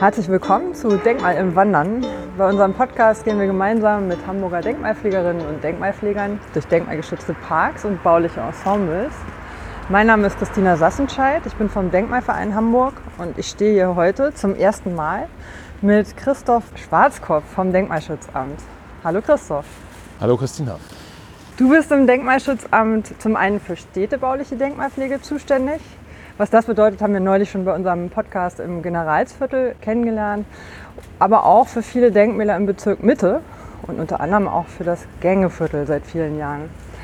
Herzlich willkommen zu Denkmal im Wandern. Bei unserem Podcast gehen wir gemeinsam mit Hamburger Denkmalpflegerinnen und Denkmalpflegern durch denkmalgeschützte Parks und bauliche Ensembles. Mein Name ist Christina Sassenscheid, ich bin vom Denkmalverein Hamburg und ich stehe hier heute zum ersten Mal mit Christoph Schwarzkopf vom Denkmalschutzamt. Hallo Christoph. Hallo Christina. Du bist im Denkmalschutzamt zum einen für städtebauliche Denkmalpflege zuständig. Was das bedeutet, haben wir neulich schon bei unserem Podcast im Generalsviertel kennengelernt, aber auch für viele Denkmäler im Bezirk Mitte und unter anderem auch für das Gängeviertel seit vielen Jahren.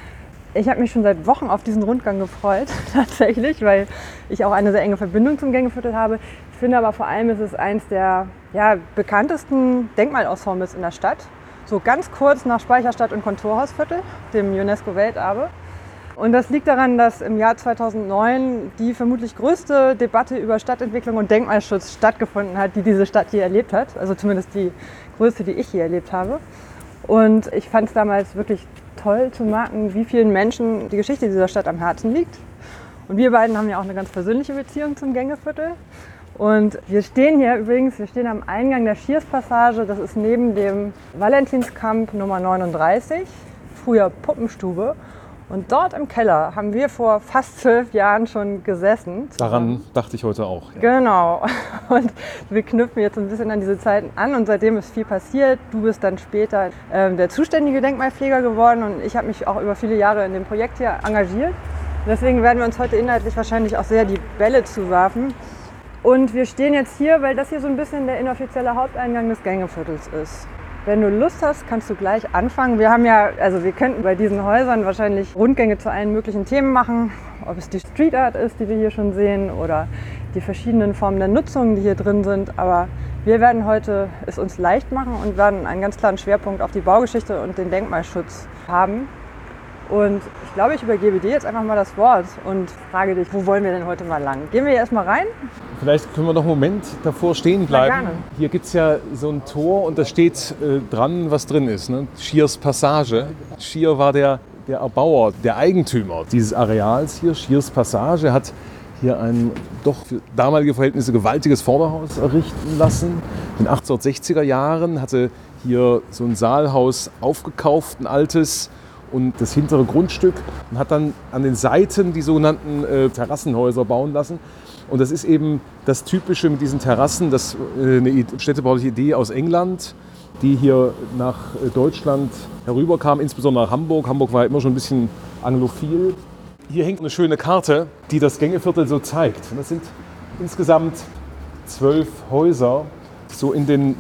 Ich habe mich schon seit Wochen auf diesen Rundgang gefreut, tatsächlich, weil ich auch eine sehr enge Verbindung zum Gängeviertel habe. Ich finde aber vor allem, ist es eines der bekanntesten Denkmalensembles in der Stadt. So ganz kurz nach Speicherstadt und Kontorhausviertel, dem UNESCO-Welterbe. Und das liegt daran, dass im Jahr 2009 die vermutlich größte Debatte über Stadtentwicklung und Denkmalschutz stattgefunden hat, die diese Stadt je erlebt hat. Also zumindest die größte, die ich je erlebt habe. Und ich fand es damals wirklich toll zu merken, wie vielen Menschen die Geschichte dieser Stadt am Herzen liegt. Und wir beiden haben ja auch eine ganz persönliche Beziehung zum Gängeviertel. Und wir stehen hier übrigens, am Eingang der Schierspassage. Das ist neben dem Valentinskamp Nummer 39, früher Puppenstube. Und dort im Keller haben wir vor fast 12 Jahren schon gesessen. Daran dachte ich heute auch. Ja. Genau. Und wir knüpfen jetzt ein bisschen an diese Zeiten an und seitdem ist viel passiert. Du bist dann später der zuständige Denkmalpfleger geworden und ich habe mich auch über viele Jahre in dem Projekt hier engagiert. Deswegen werden wir uns heute inhaltlich wahrscheinlich auch sehr die Bälle zuwerfen. Und wir stehen jetzt hier, weil das hier so ein bisschen der inoffizielle Haupteingang des Gängeviertels ist. Wenn du Lust hast, kannst du gleich anfangen. Wir könnten bei diesen Häusern wahrscheinlich Rundgänge zu allen möglichen Themen machen. Ob es die Street Art ist, die wir hier schon sehen, oder die verschiedenen Formen der Nutzung, die hier drin sind. Aber wir werden heute es uns leicht machen und werden einen ganz klaren Schwerpunkt auf die Baugeschichte und den Denkmalschutz haben. Und ich glaube, ich übergebe dir jetzt einfach mal das Wort und frage dich, wo wollen wir denn heute mal lang? Gehen wir hier erstmal rein? Vielleicht können wir noch einen Moment davor stehen bleiben. Na, gerne. Hier gibt es ja so ein Tor und da steht dran, was drin ist. Ne? Schiers Passage. Schier war der Erbauer, der Eigentümer dieses Areals hier. Schiers Passage hat hier ein doch für damalige Verhältnisse gewaltiges Vorderhaus errichten lassen. In den 1860er Jahren hatte hier so ein Saalhaus aufgekauft, ein altes, und das hintere Grundstück und hat dann an den Seiten die sogenannten Terrassenhäuser bauen lassen. Und das ist eben das Typische mit diesen Terrassen, das eine städtebauliche Idee aus England, die hier nach Deutschland herüberkam, insbesondere nach Hamburg. Hamburg war immer schon ein bisschen anglophil. Hier hängt eine schöne Karte, die das Gängeviertel so zeigt. Und das sind insgesamt 12 Häuser. So in den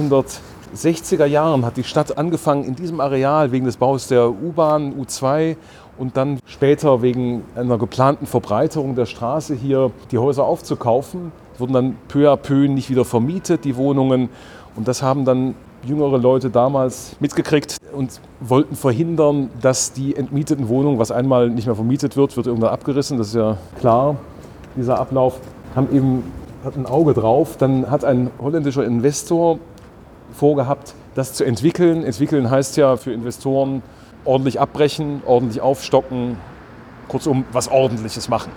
1960er Jahren hat die Stadt angefangen, in diesem Areal wegen des Baus der U-Bahn, U2 und dann später wegen einer geplanten Verbreiterung der Straße hier die Häuser aufzukaufen. Die wurden dann peu à peu nicht wieder vermietet, die Wohnungen. Und das haben dann jüngere Leute damals mitgekriegt und wollten verhindern, dass die entmieteten Wohnungen, was einmal nicht mehr vermietet wird irgendwann abgerissen. Das ist ja klar, dieser Ablauf. Hat ein Auge drauf. Dann hat ein holländischer Investor vorgehabt, das zu entwickeln. Entwickeln heißt ja für Investoren ordentlich abbrechen, ordentlich aufstocken, kurzum was Ordentliches machen.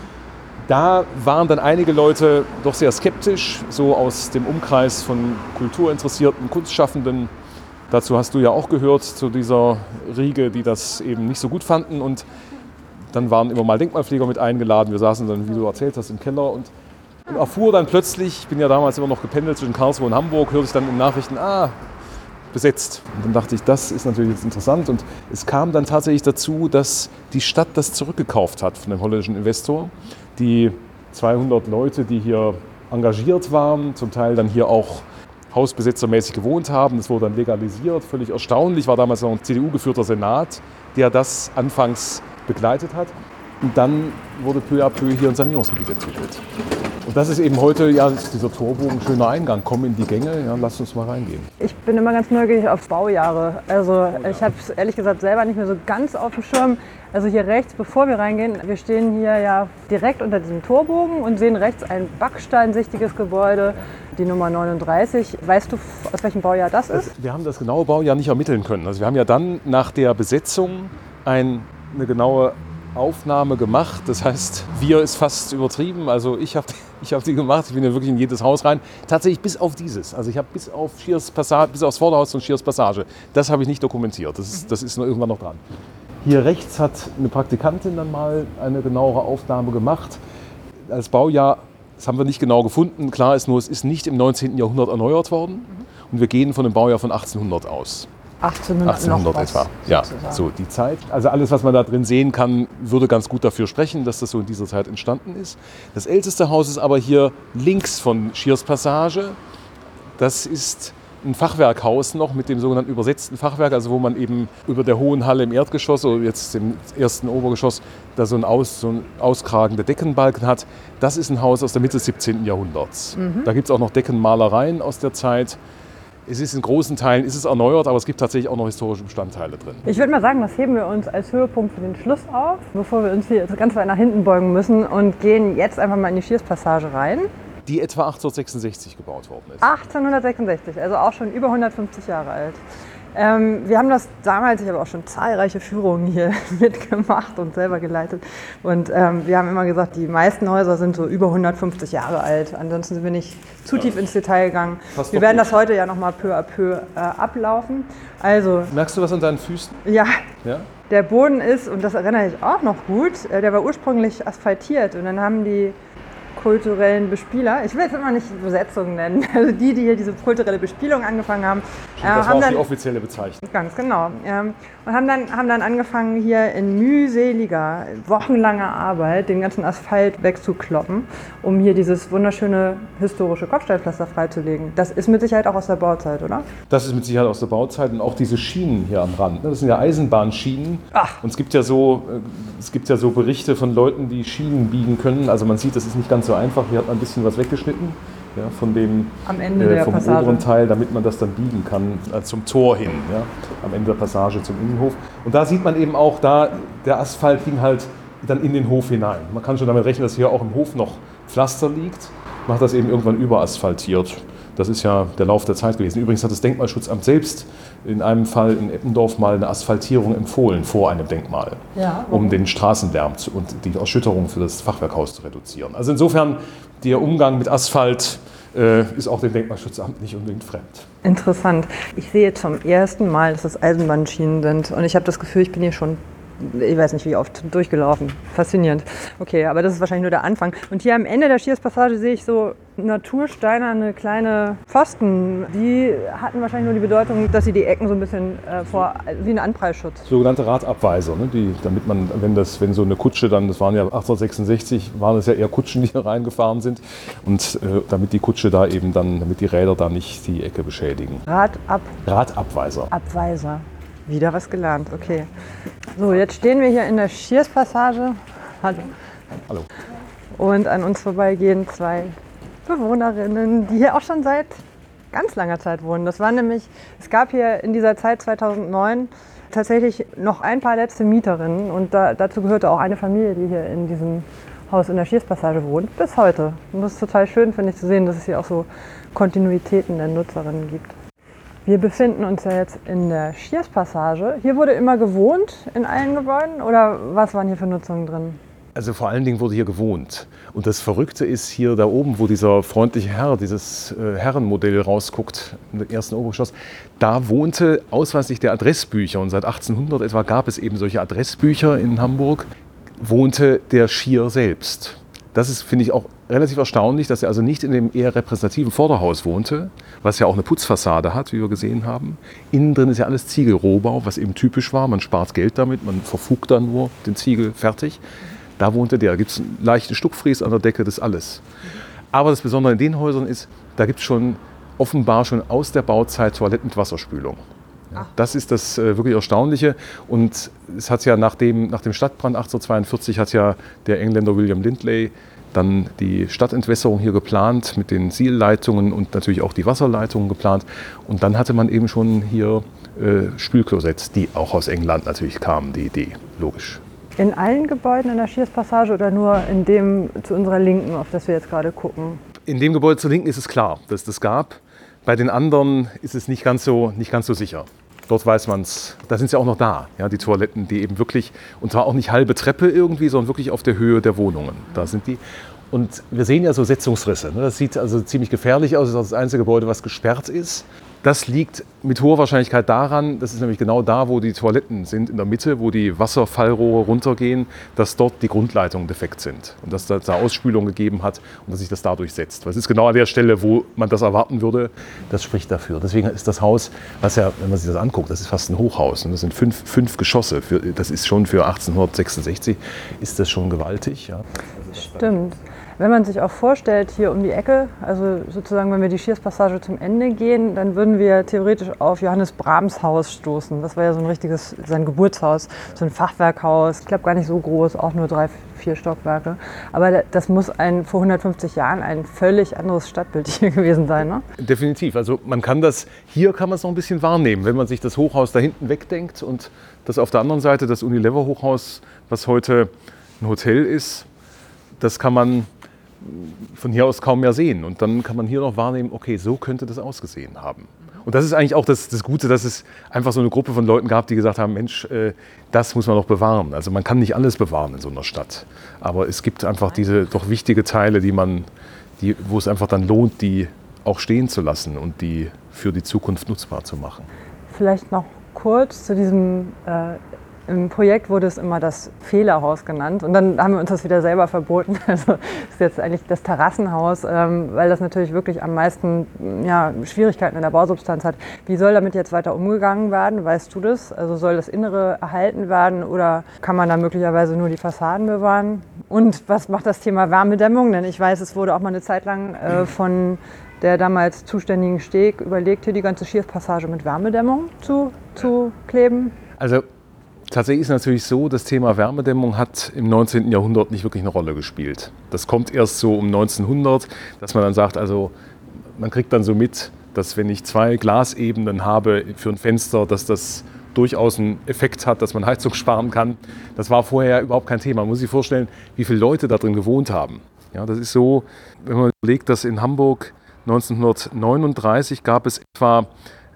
Da waren dann einige Leute doch sehr skeptisch, so aus dem Umkreis von kulturinteressierten Kunstschaffenden. Dazu hast du ja auch gehört, zu dieser Riege, die das eben nicht so gut fanden. Und dann waren immer mal Denkmalpfleger mit eingeladen. Wir saßen dann, wie du erzählt hast, im Keller und erfuhr dann plötzlich, ich bin ja damals immer noch gependelt zwischen Karlsruhe und Hamburg, hörte ich dann in Nachrichten, besetzt. Und dann dachte ich, das ist natürlich jetzt interessant. Und es kam dann tatsächlich dazu, dass die Stadt das zurückgekauft hat von dem holländischen Investor. Die 200 Leute, die hier engagiert waren, zum Teil dann hier auch hausbesitzermäßig gewohnt haben. Das wurde dann legalisiert, völlig erstaunlich. War damals noch ein CDU-geführter Senat, der das anfangs begleitet hat. Und dann wurde peu à peu hier ein Sanierungsgebiet entwickelt. Und das ist eben heute, dieser Torbogen, schöner Eingang. Komm in die Gänge, lass uns mal reingehen. Ich bin immer ganz neugierig auf Baujahre. Ich habe es ehrlich gesagt selber nicht mehr so ganz auf dem Schirm. Also hier rechts, bevor wir reingehen, wir stehen hier ja direkt unter diesem Torbogen und sehen rechts ein backsteinsichtiges Gebäude, die Nummer 39. Weißt du, aus welchem Baujahr das ist? Wir haben das genaue Baujahr nicht ermitteln können. Also wir haben ja dann nach der Besetzung eine genaue Aufnahme gemacht. Das heißt, wir ist fast übertrieben. Also ich hab die gemacht. Ich bin ja wirklich in jedes Haus rein. Tatsächlich bis auf dieses. Also ich habe bis auf Schiers Passage, bis aufs Vorderhaus von Schiers Passage. Das habe ich nicht dokumentiert. Das ist nur irgendwann noch dran. Hier rechts hat eine Praktikantin dann mal eine genauere Aufnahme gemacht. Als Baujahr, das haben wir nicht genau gefunden. Klar ist nur, es ist nicht im 19. Jahrhundert erneuert worden. Und wir gehen von dem Baujahr von 1800 aus. 1800 etwa. Ja, so die Zeit. Also alles, was man da drin sehen kann, würde ganz gut dafür sprechen, dass das so in dieser Zeit entstanden ist. Das älteste Haus ist aber hier links von Schiers Passage. Das ist ein Fachwerkhaus noch mit dem sogenannten übersetzten Fachwerk, also wo man eben über der hohen Halle im Erdgeschoss oder jetzt im ersten Obergeschoss da so ein auskragende Deckenbalken hat. Das ist ein Haus aus der Mitte des 17. Jahrhunderts. Da gibt es auch noch Deckenmalereien aus der Zeit. Es ist in großen Teilen erneuert, aber es gibt tatsächlich auch noch historische Bestandteile drin. Ich würde mal sagen, das heben wir uns als Höhepunkt für den Schluss auf, bevor wir uns hier ganz weit nach hinten beugen müssen und gehen jetzt einfach mal in die Schiers-Passage rein. Die etwa 1866 gebaut worden ist. 1866, also auch schon über 150 Jahre alt. Wir haben das damals, ich habe auch schon zahlreiche Führungen hier mitgemacht und selber geleitet. Und wir haben immer gesagt, die meisten Häuser sind so über 150 Jahre alt. Ansonsten sind wir nicht zu tief ins Detail gegangen. Wir werden das heute ja nochmal peu à peu ablaufen. Also, merkst du was an deinen Füßen? Ja. Der Boden ist, und das erinnere ich auch noch gut, der war ursprünglich asphaltiert. Und dann haben die kulturellen Bespieler, ich will jetzt immer nicht Besetzung nennen, also die hier diese kulturelle Bespielung angefangen haben. Das war auch die offizielle Bezeichnung. Ganz genau. Und haben dann angefangen, hier in mühseliger, wochenlanger Arbeit den ganzen Asphalt wegzukloppen, um hier dieses wunderschöne historische Kopfsteinpflaster freizulegen. Das ist mit Sicherheit auch aus der Bauzeit, oder? Das ist mit Sicherheit aus der Bauzeit und auch diese Schienen hier am Rand. Das sind ja Eisenbahnschienen. Ach. Und es gibt ja so Berichte von Leuten, die Schienen biegen können. Also man sieht, das ist nicht ganz so einfach. Hier hat man ein bisschen was weggeschnitten. Ja, vom oberen Teil, damit man das dann biegen kann zum Tor hin, ja, am Ende der Passage zum Innenhof. Und da sieht man eben auch, der Asphalt ging halt dann in den Hof hinein. Man kann schon damit rechnen, dass hier auch im Hof noch Pflaster liegt. Man hat das eben irgendwann überasphaltiert. Das ist ja der Lauf der Zeit gewesen. Übrigens hat das Denkmalschutzamt selbst in einem Fall in Eppendorf mal eine Asphaltierung empfohlen vor einem Denkmal, um den Straßenlärm und die Erschütterung für das Fachwerkhaus zu reduzieren. Also insofern, der Umgang mit Asphalt ist auch dem Denkmalschutzamt nicht unbedingt fremd. Interessant. Ich sehe zum ersten Mal, dass das Eisenbahnschienen sind und ich habe das Gefühl, ich bin hier schon, ich weiß nicht wie oft, durchgelaufen. Faszinierend. Okay, aber das ist wahrscheinlich nur der Anfang. Und hier am Ende der Schiers-Passage sehe ich so natursteinerne kleine Pfosten. Die hatten wahrscheinlich nur die Bedeutung, dass sie die Ecken so ein bisschen wie ein Anprallschutz. Sogenannte Radabweiser, ne? Damit man, wenn so eine Kutsche dann, das waren ja 1866, waren es ja eher Kutschen, die hier reingefahren sind. Und damit die Kutsche damit die Räder da nicht die Ecke beschädigen. Radabweiser. Abweiser. Wieder was gelernt, okay. So, jetzt stehen wir hier in der Schiers-Passage. Hallo. Und an uns vorbeigehen zwei Bewohnerinnen, die hier auch schon seit ganz langer Zeit wohnen. Das war nämlich, es gab hier in dieser Zeit 2009 tatsächlich noch ein paar letzte Mieterinnen und dazu gehörte auch eine Familie, die hier in diesem Haus in der Schiers-Passage wohnt, bis heute. Und das ist total schön, finde ich, zu sehen, dass es hier auch so Kontinuitäten der Nutzerinnen gibt. Wir befinden uns ja jetzt in der Schiers-Passage. Hier wurde immer gewohnt in allen Gebäuden oder was waren hier für Nutzungen drin? Also vor allen Dingen wurde hier gewohnt. Und das Verrückte ist hier da oben, wo dieser freundliche Herr, dieses Herrenmodell rausguckt, im ersten Obergeschoss, da wohnte ausweislich der Adressbücher. Und seit 1800 etwa gab es eben solche Adressbücher in Hamburg, wohnte der Schier selbst. Das ist, finde ich, auch relativ erstaunlich, dass er also nicht in dem eher repräsentativen Vorderhaus wohnte, was ja auch eine Putzfassade hat, wie wir gesehen haben. Innen drin ist ja alles Ziegelrohbau, was eben typisch war. Man spart Geld damit, man verfugt dann nur den Ziegel fertig. Da wohnte der. Da gibt es einen leichten Stuckfries an der Decke, das alles. Aber das Besondere in den Häusern ist, da gibt es offenbar schon aus der Bauzeit Toiletten mit Wasserspülung. Ja, das ist das wirklich Erstaunliche. Und es hat ja nach dem Stadtbrand 1842 hat ja der Engländer William Lindley dann die Stadtentwässerung hier geplant mit den Sielleitungen und natürlich auch die Wasserleitungen geplant. Und dann hatte man eben schon hier Spülklosetts, die auch aus England natürlich kamen, die Idee, logisch. In allen Gebäuden in der Schiers-Passage oder nur in dem zu unserer Linken, auf das wir jetzt gerade gucken? In dem Gebäude zur Linken ist es klar, dass es das gab. Bei den anderen ist es nicht ganz so sicher. Dort weiß man es, da sind sie auch noch da, ja, die Toiletten, die eben wirklich, und zwar auch nicht halbe Treppe irgendwie, sondern wirklich auf der Höhe der Wohnungen. Da sind die. Und wir sehen ja so Setzungsrisse. Ne? Das sieht also ziemlich gefährlich aus. Das ist das einzige Gebäude, was gesperrt ist. Das liegt mit hoher Wahrscheinlichkeit daran, das ist nämlich genau da, wo die Toiletten sind, in der Mitte, wo die Wasserfallrohre runtergehen, dass dort die Grundleitungen defekt sind und dass da Ausspülung gegeben hat und dass sich das dadurch setzt. Weil es ist genau an der Stelle, wo man das erwarten würde. Das spricht dafür. Deswegen ist das Haus, was ja, wenn man sich das anguckt, das ist fast ein Hochhaus. Und das sind fünf Geschosse. Das ist schon für 1866, ist das schon gewaltig. Ja. Stimmt. Wenn man sich auch vorstellt, hier um die Ecke, also sozusagen, wenn wir die Schierspassage zum Ende gehen, dann würden wir theoretisch auf Johannes Brahms Haus stoßen. Das war ja so ein richtiges, sein Geburtshaus, so ein Fachwerkhaus. Ich glaube gar nicht so groß, auch nur 3, 4 Stockwerke. Aber das muss vor 150 Jahren ein völlig anderes Stadtbild hier gewesen sein, ne? Definitiv. Also hier kann man es noch ein bisschen wahrnehmen, wenn man sich das Hochhaus da hinten wegdenkt und das auf der anderen Seite, das Unilever-Hochhaus, was heute ein Hotel ist, das kann man von hier aus kaum mehr sehen. Und dann kann man hier noch wahrnehmen, okay, so könnte das ausgesehen haben. Und das ist eigentlich auch das Gute, dass es einfach so eine Gruppe von Leuten gab, die gesagt haben, Mensch, das muss man noch bewahren. Also man kann nicht alles bewahren in so einer Stadt. Aber es gibt einfach diese doch wichtige Teile, wo es einfach dann lohnt, die auch stehen zu lassen und die für die Zukunft nutzbar zu machen. Vielleicht noch kurz zu diesem im Projekt wurde es immer das Fehlerhaus genannt und dann haben wir uns das wieder selber verboten. Also das ist jetzt eigentlich das Terrassenhaus, weil das natürlich wirklich am meisten Schwierigkeiten in der Bausubstanz hat. Wie soll damit jetzt weiter umgegangen werden? Weißt du das? Also soll das Innere erhalten werden oder kann man da möglicherweise nur die Fassaden bewahren? Und was macht das Thema Wärmedämmung? Denn ich weiß, es wurde auch mal eine Zeit lang von der damals zuständigen Steg überlegt, hier die ganze Schierspassage mit Wärmedämmung zu kleben. Also tatsächlich ist es natürlich so, das Thema Wärmedämmung hat im 19. Jahrhundert nicht wirklich eine Rolle gespielt. Das kommt erst so um 1900, dass man dann sagt, also man kriegt dann so mit, dass wenn ich 2 Glasebenen habe für ein Fenster, dass das durchaus einen Effekt hat, dass man Heizung sparen kann. Das war vorher überhaupt kein Thema. Man muss sich vorstellen, wie viele Leute da drin gewohnt haben. Ja, das ist so, wenn man überlegt, dass in Hamburg 1939 gab es etwa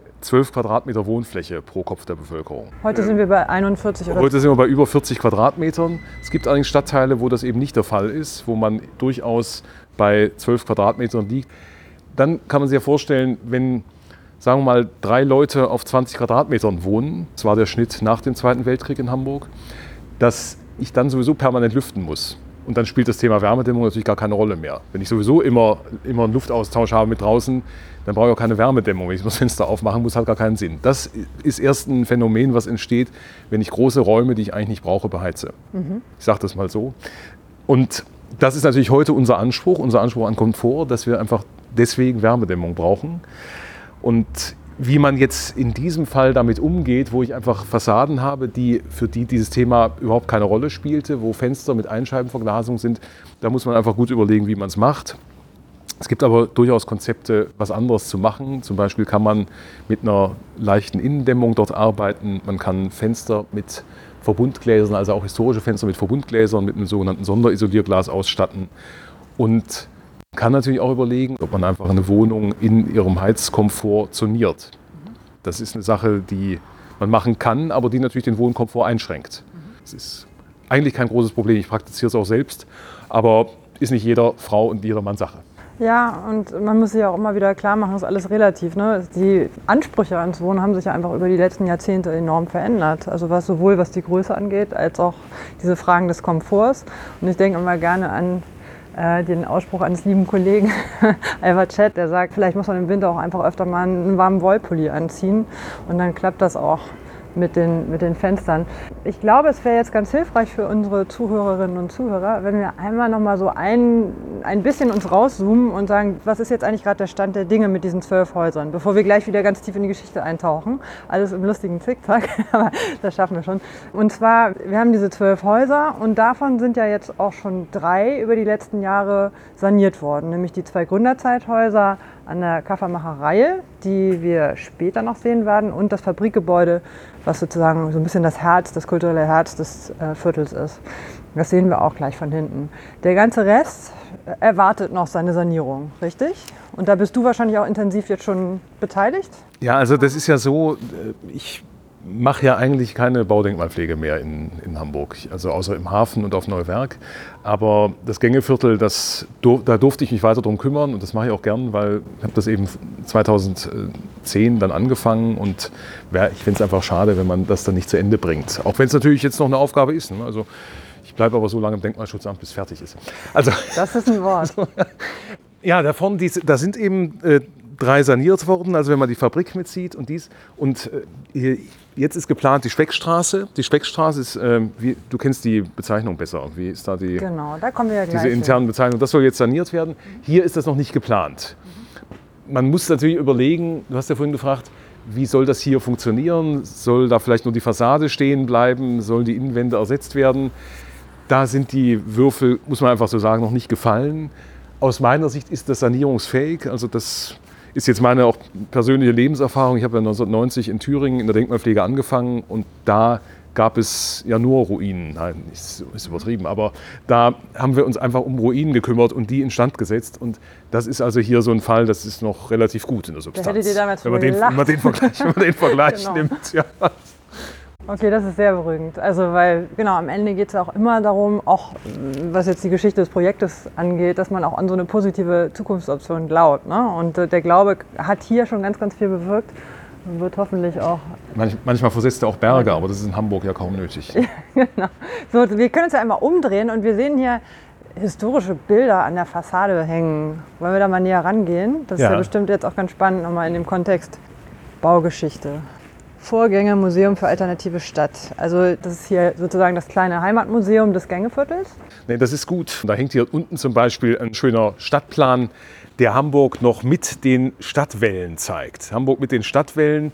12 Quadratmeter Wohnfläche pro Kopf der Bevölkerung. Heute sind wir bei 41 oder? Heute sind wir bei über 40 Quadratmetern. Es gibt allerdings Stadtteile, wo das eben nicht der Fall ist, wo man durchaus bei 12 Quadratmetern liegt. Dann kann man sich ja vorstellen, wenn, sagen wir mal, 3 Leute auf 20 Quadratmetern wohnen, das war der Schnitt nach dem Zweiten Weltkrieg in Hamburg, dass ich dann sowieso permanent lüften muss. Und dann spielt das Thema Wärmedämmung natürlich gar keine Rolle mehr. Wenn ich sowieso immer einen Luftaustausch habe mit draußen, dann brauche ich auch keine Wärmedämmung. Wenn ich das Fenster aufmachen muss, hat gar keinen Sinn. Das ist erst ein Phänomen, was entsteht, wenn ich große Räume, die ich eigentlich nicht brauche, beheize. Ich sage das mal so. Und das ist natürlich heute unser Anspruch an Komfort, dass wir einfach deswegen Wärmedämmung brauchen. Und wie man jetzt in diesem Fall damit umgeht, wo ich einfach Fassaden habe, für die dieses Thema überhaupt keine Rolle spielte, wo Fenster mit Einscheibenverglasung sind, da muss man einfach gut überlegen, wie man es macht. Es gibt aber durchaus Konzepte, was anderes zu machen. Zum Beispiel kann man mit einer leichten Innendämmung dort arbeiten. Man kann Fenster mit Verbundgläsern, also auch historische Fenster mit Verbundgläsern, mit einem sogenannten Sonderisolierglas ausstatten. Und kann natürlich auch überlegen, ob man einfach eine Wohnung in ihrem Heizkomfort zoniert. Das ist eine Sache, die man machen kann, aber die natürlich den Wohnkomfort einschränkt. Das ist eigentlich kein großes Problem. Ich praktiziere es auch selbst, aber ist nicht jeder Frau und jeder Mann Sache. Ja, und man muss sich ja auch immer wieder klar machen, das ist alles relativ. Ne? Die Ansprüche ans Wohnen haben sich ja einfach über die letzten Jahrzehnte enorm verändert. Also sowohl was die Größe angeht, als auch diese Fragen des Komforts. Und ich denke immer gerne an den Ausspruch eines lieben Kollegen, Albert Schett, der sagt, vielleicht muss man im Winter auch einfach öfter mal einen warmen Wollpulli anziehen und dann klappt das auch mit den Fenstern. Ich glaube, es wäre jetzt ganz hilfreich für unsere Zuhörerinnen und Zuhörer, wenn wir einmal noch mal so ein bisschen uns rauszoomen und sagen, was ist jetzt eigentlich gerade der Stand der Dinge mit diesen 12 Häusern, bevor wir gleich wieder ganz tief in die Geschichte eintauchen. Alles im lustigen Zickzack, aber das schaffen wir schon. Und zwar, wir haben diese 12 Häuser und davon sind ja jetzt auch schon 3 über die letzten Jahre saniert worden, nämlich die 2 Gründerzeithäuser an der Kaffermacherei, die wir später noch sehen werden, und das Fabrikgebäude, was sozusagen so ein bisschen das kulturelle Herz des Viertels ist. Das sehen wir auch gleich von hinten. Der ganze Rest, erwartet noch seine Sanierung, richtig? Und da bist du wahrscheinlich auch intensiv jetzt schon beteiligt? Ja, also das ist ja so, ich mache ja eigentlich keine Baudenkmalpflege mehr in Hamburg, also außer im Hafen und auf Neuwerk. Aber das Gängeviertel, da durfte ich mich weiter drum kümmern und das mache ich auch gern, weil ich habe das eben 2010 dann angefangen und ich finde es einfach schade, wenn man das dann nicht zu Ende bringt. Auch wenn es natürlich jetzt noch eine Aufgabe ist. Ne? Also ich bleibe aber so lange im Denkmalschutzamt, bis fertig ist. Also, das ist ein Wort. Ja, da vorne, da sind eben 3 saniert worden, also wenn man die Fabrik mitzieht und dies. Und jetzt ist geplant die Speckstraße. Die Speckstraße ist, du kennst die Bezeichnung besser. Wie ist da Genau, da kommen wir ja gleich diese internen Bezeichnungen. Das soll jetzt saniert werden. Hier ist das noch nicht geplant. Man muss natürlich überlegen, du hast ja vorhin gefragt, wie soll das hier funktionieren? Soll da vielleicht nur die Fassade stehen bleiben? Sollen die Innenwände ersetzt werden? Da sind die Würfel, muss man einfach so sagen, noch nicht gefallen. Aus meiner Sicht ist das sanierungsfähig. Also das ist jetzt meine auch persönliche Lebenserfahrung. Ich habe ja 1990 in Thüringen in der Denkmalpflege angefangen und da gab es ja nur Ruinen. Nein, ist übertrieben, aber da haben wir uns einfach um Ruinen gekümmert und die instand gesetzt. Und das ist also hier so ein Fall, das ist noch relativ gut in der Substanz. Da hättet ihr damals wenn man den Vergleich genau. nimmt. Ja. Okay, das ist sehr beruhigend. Also weil, genau, am Ende geht es auch immer darum, auch was jetzt die Geschichte des Projektes angeht, dass man auch an so eine positive Zukunftsoption glaubt. Ne? Und der Glaube hat hier schon ganz, ganz viel bewirkt und wird hoffentlich auch... Manchmal versetzt er auch Berge, aber das ist in Hamburg ja kaum nötig. Genau. So, wir können uns ja einmal umdrehen und wir sehen hier historische Bilder an der Fassade hängen. Wollen wir da mal näher rangehen? Das ist ja bestimmt jetzt auch ganz spannend, nochmal in dem Kontext Baugeschichte. Vorgänge Museum für alternative Stadt. Also das ist hier sozusagen das kleine Heimatmuseum des Gängeviertels. Nee, das ist gut. Da hängt hier unten zum Beispiel ein schöner Stadtplan, der Hamburg noch mit den Stadtwällen zeigt. Hamburg mit den Stadtwällen,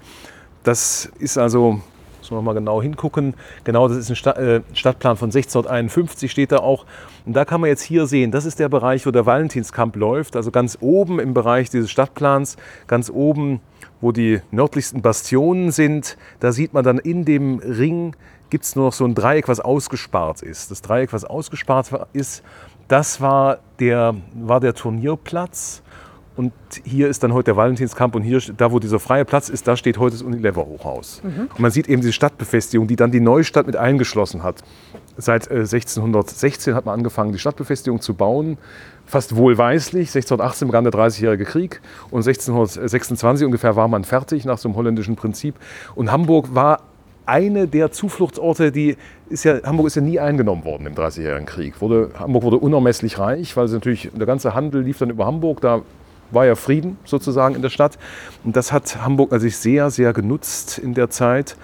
das ist also, muss man mal genau hingucken, genau, das ist ein Stadtplan von 1651, steht da auch. Und da kann man jetzt hier sehen, das ist der Bereich, wo der Valentinskamp läuft, also ganz oben im Bereich dieses Stadtplans, ganz oben, wo die nördlichsten Bastionen sind, da sieht man dann in dem Ring, gibt es nur noch so ein Dreieck, was ausgespart ist. Das Dreieck, was ausgespart ist, das war der Turnierplatz. Und hier ist dann heute der Valentinskamp und hier, da wo dieser freie Platz ist, da steht heute das Unilever-Hochhaus. Und man sieht eben diese Stadtbefestigung, die dann die Neustadt mit eingeschlossen hat. Seit 1616 hat man angefangen, die Stadtbefestigung zu bauen. Fast wohlweislich. 1618 begann der 30-jährige Krieg und 1626 ungefähr war man fertig nach so einem holländischen Prinzip. Und Hamburg war eine der Zufluchtsorte, Hamburg ist ja nie eingenommen worden im 30-jährigen Krieg. Hamburg wurde unermesslich reich, weil der ganze Handel lief dann über Hamburg. Da war ja Frieden sozusagen in der Stadt. Und das hat Hamburg natürlich sehr, sehr genutzt in der Zeit.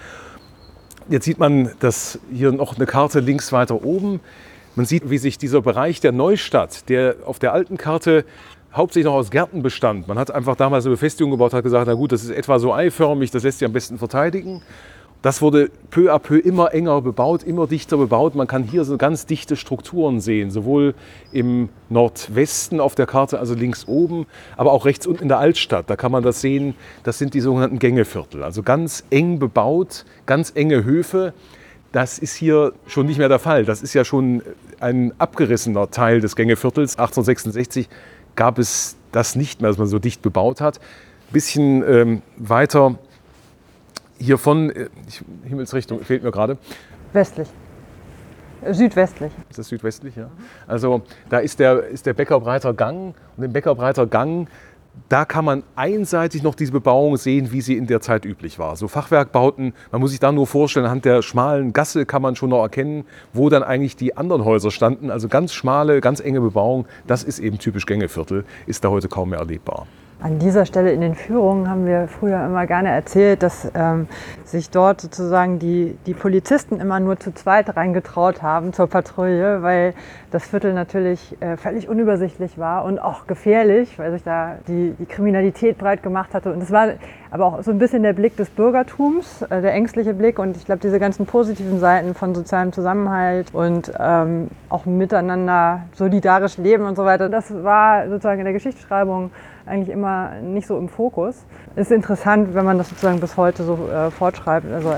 Jetzt sieht man das hier noch eine Karte links weiter oben. Man sieht, wie sich dieser Bereich der Neustadt, der auf der alten Karte hauptsächlich noch aus Gärten bestand. Man hat einfach damals eine Befestigung gebaut, hat gesagt, na gut, das ist etwa so eiförmig, das lässt sich am besten verteidigen. Das wurde peu à peu immer enger bebaut, immer dichter bebaut. Man kann hier so ganz dichte Strukturen sehen, sowohl im Nordwesten auf der Karte, also links oben, aber auch rechts unten in der Altstadt. Da kann man das sehen, das sind die sogenannten Gängeviertel. Also ganz eng bebaut, ganz enge Höfe. Das ist hier schon nicht mehr der Fall. Das ist ja schon ein abgerissener Teil des Gängeviertels. 1866 gab es das nicht mehr, dass man so dicht bebaut hat. Ein bisschen weiter hiervon, Himmelsrichtung fehlt mir gerade. Westlich. Südwestlich. Ist das südwestlich, ja? Also da ist der Beckerbreiter Gang und im Beckerbreiter Gang, da kann man einseitig noch diese Bebauung sehen, wie sie in der Zeit üblich war. So Fachwerkbauten, man muss sich da nur vorstellen, anhand der schmalen Gasse kann man schon noch erkennen, wo dann eigentlich die anderen Häuser standen. Also ganz schmale, ganz enge Bebauung, das ist eben typisch Gängeviertel, ist da heute kaum mehr erlebbar. An dieser Stelle in den Führungen haben wir früher immer gerne erzählt, dass sich dort sozusagen die Polizisten immer nur zu zweit reingetraut haben zur Patrouille, weil das Viertel natürlich völlig unübersichtlich war und auch gefährlich, weil sich da die Kriminalität breit gemacht hatte. Und es war aber auch so ein bisschen der Blick des Bürgertums, der ängstliche Blick. Und ich glaube, diese ganzen positiven Seiten von sozialem Zusammenhalt und auch miteinander solidarisch leben und so weiter, das war sozusagen in der Geschichtsschreibung eigentlich immer nicht so im Fokus. Ist interessant, wenn man das sozusagen bis heute so fortschreibt, also als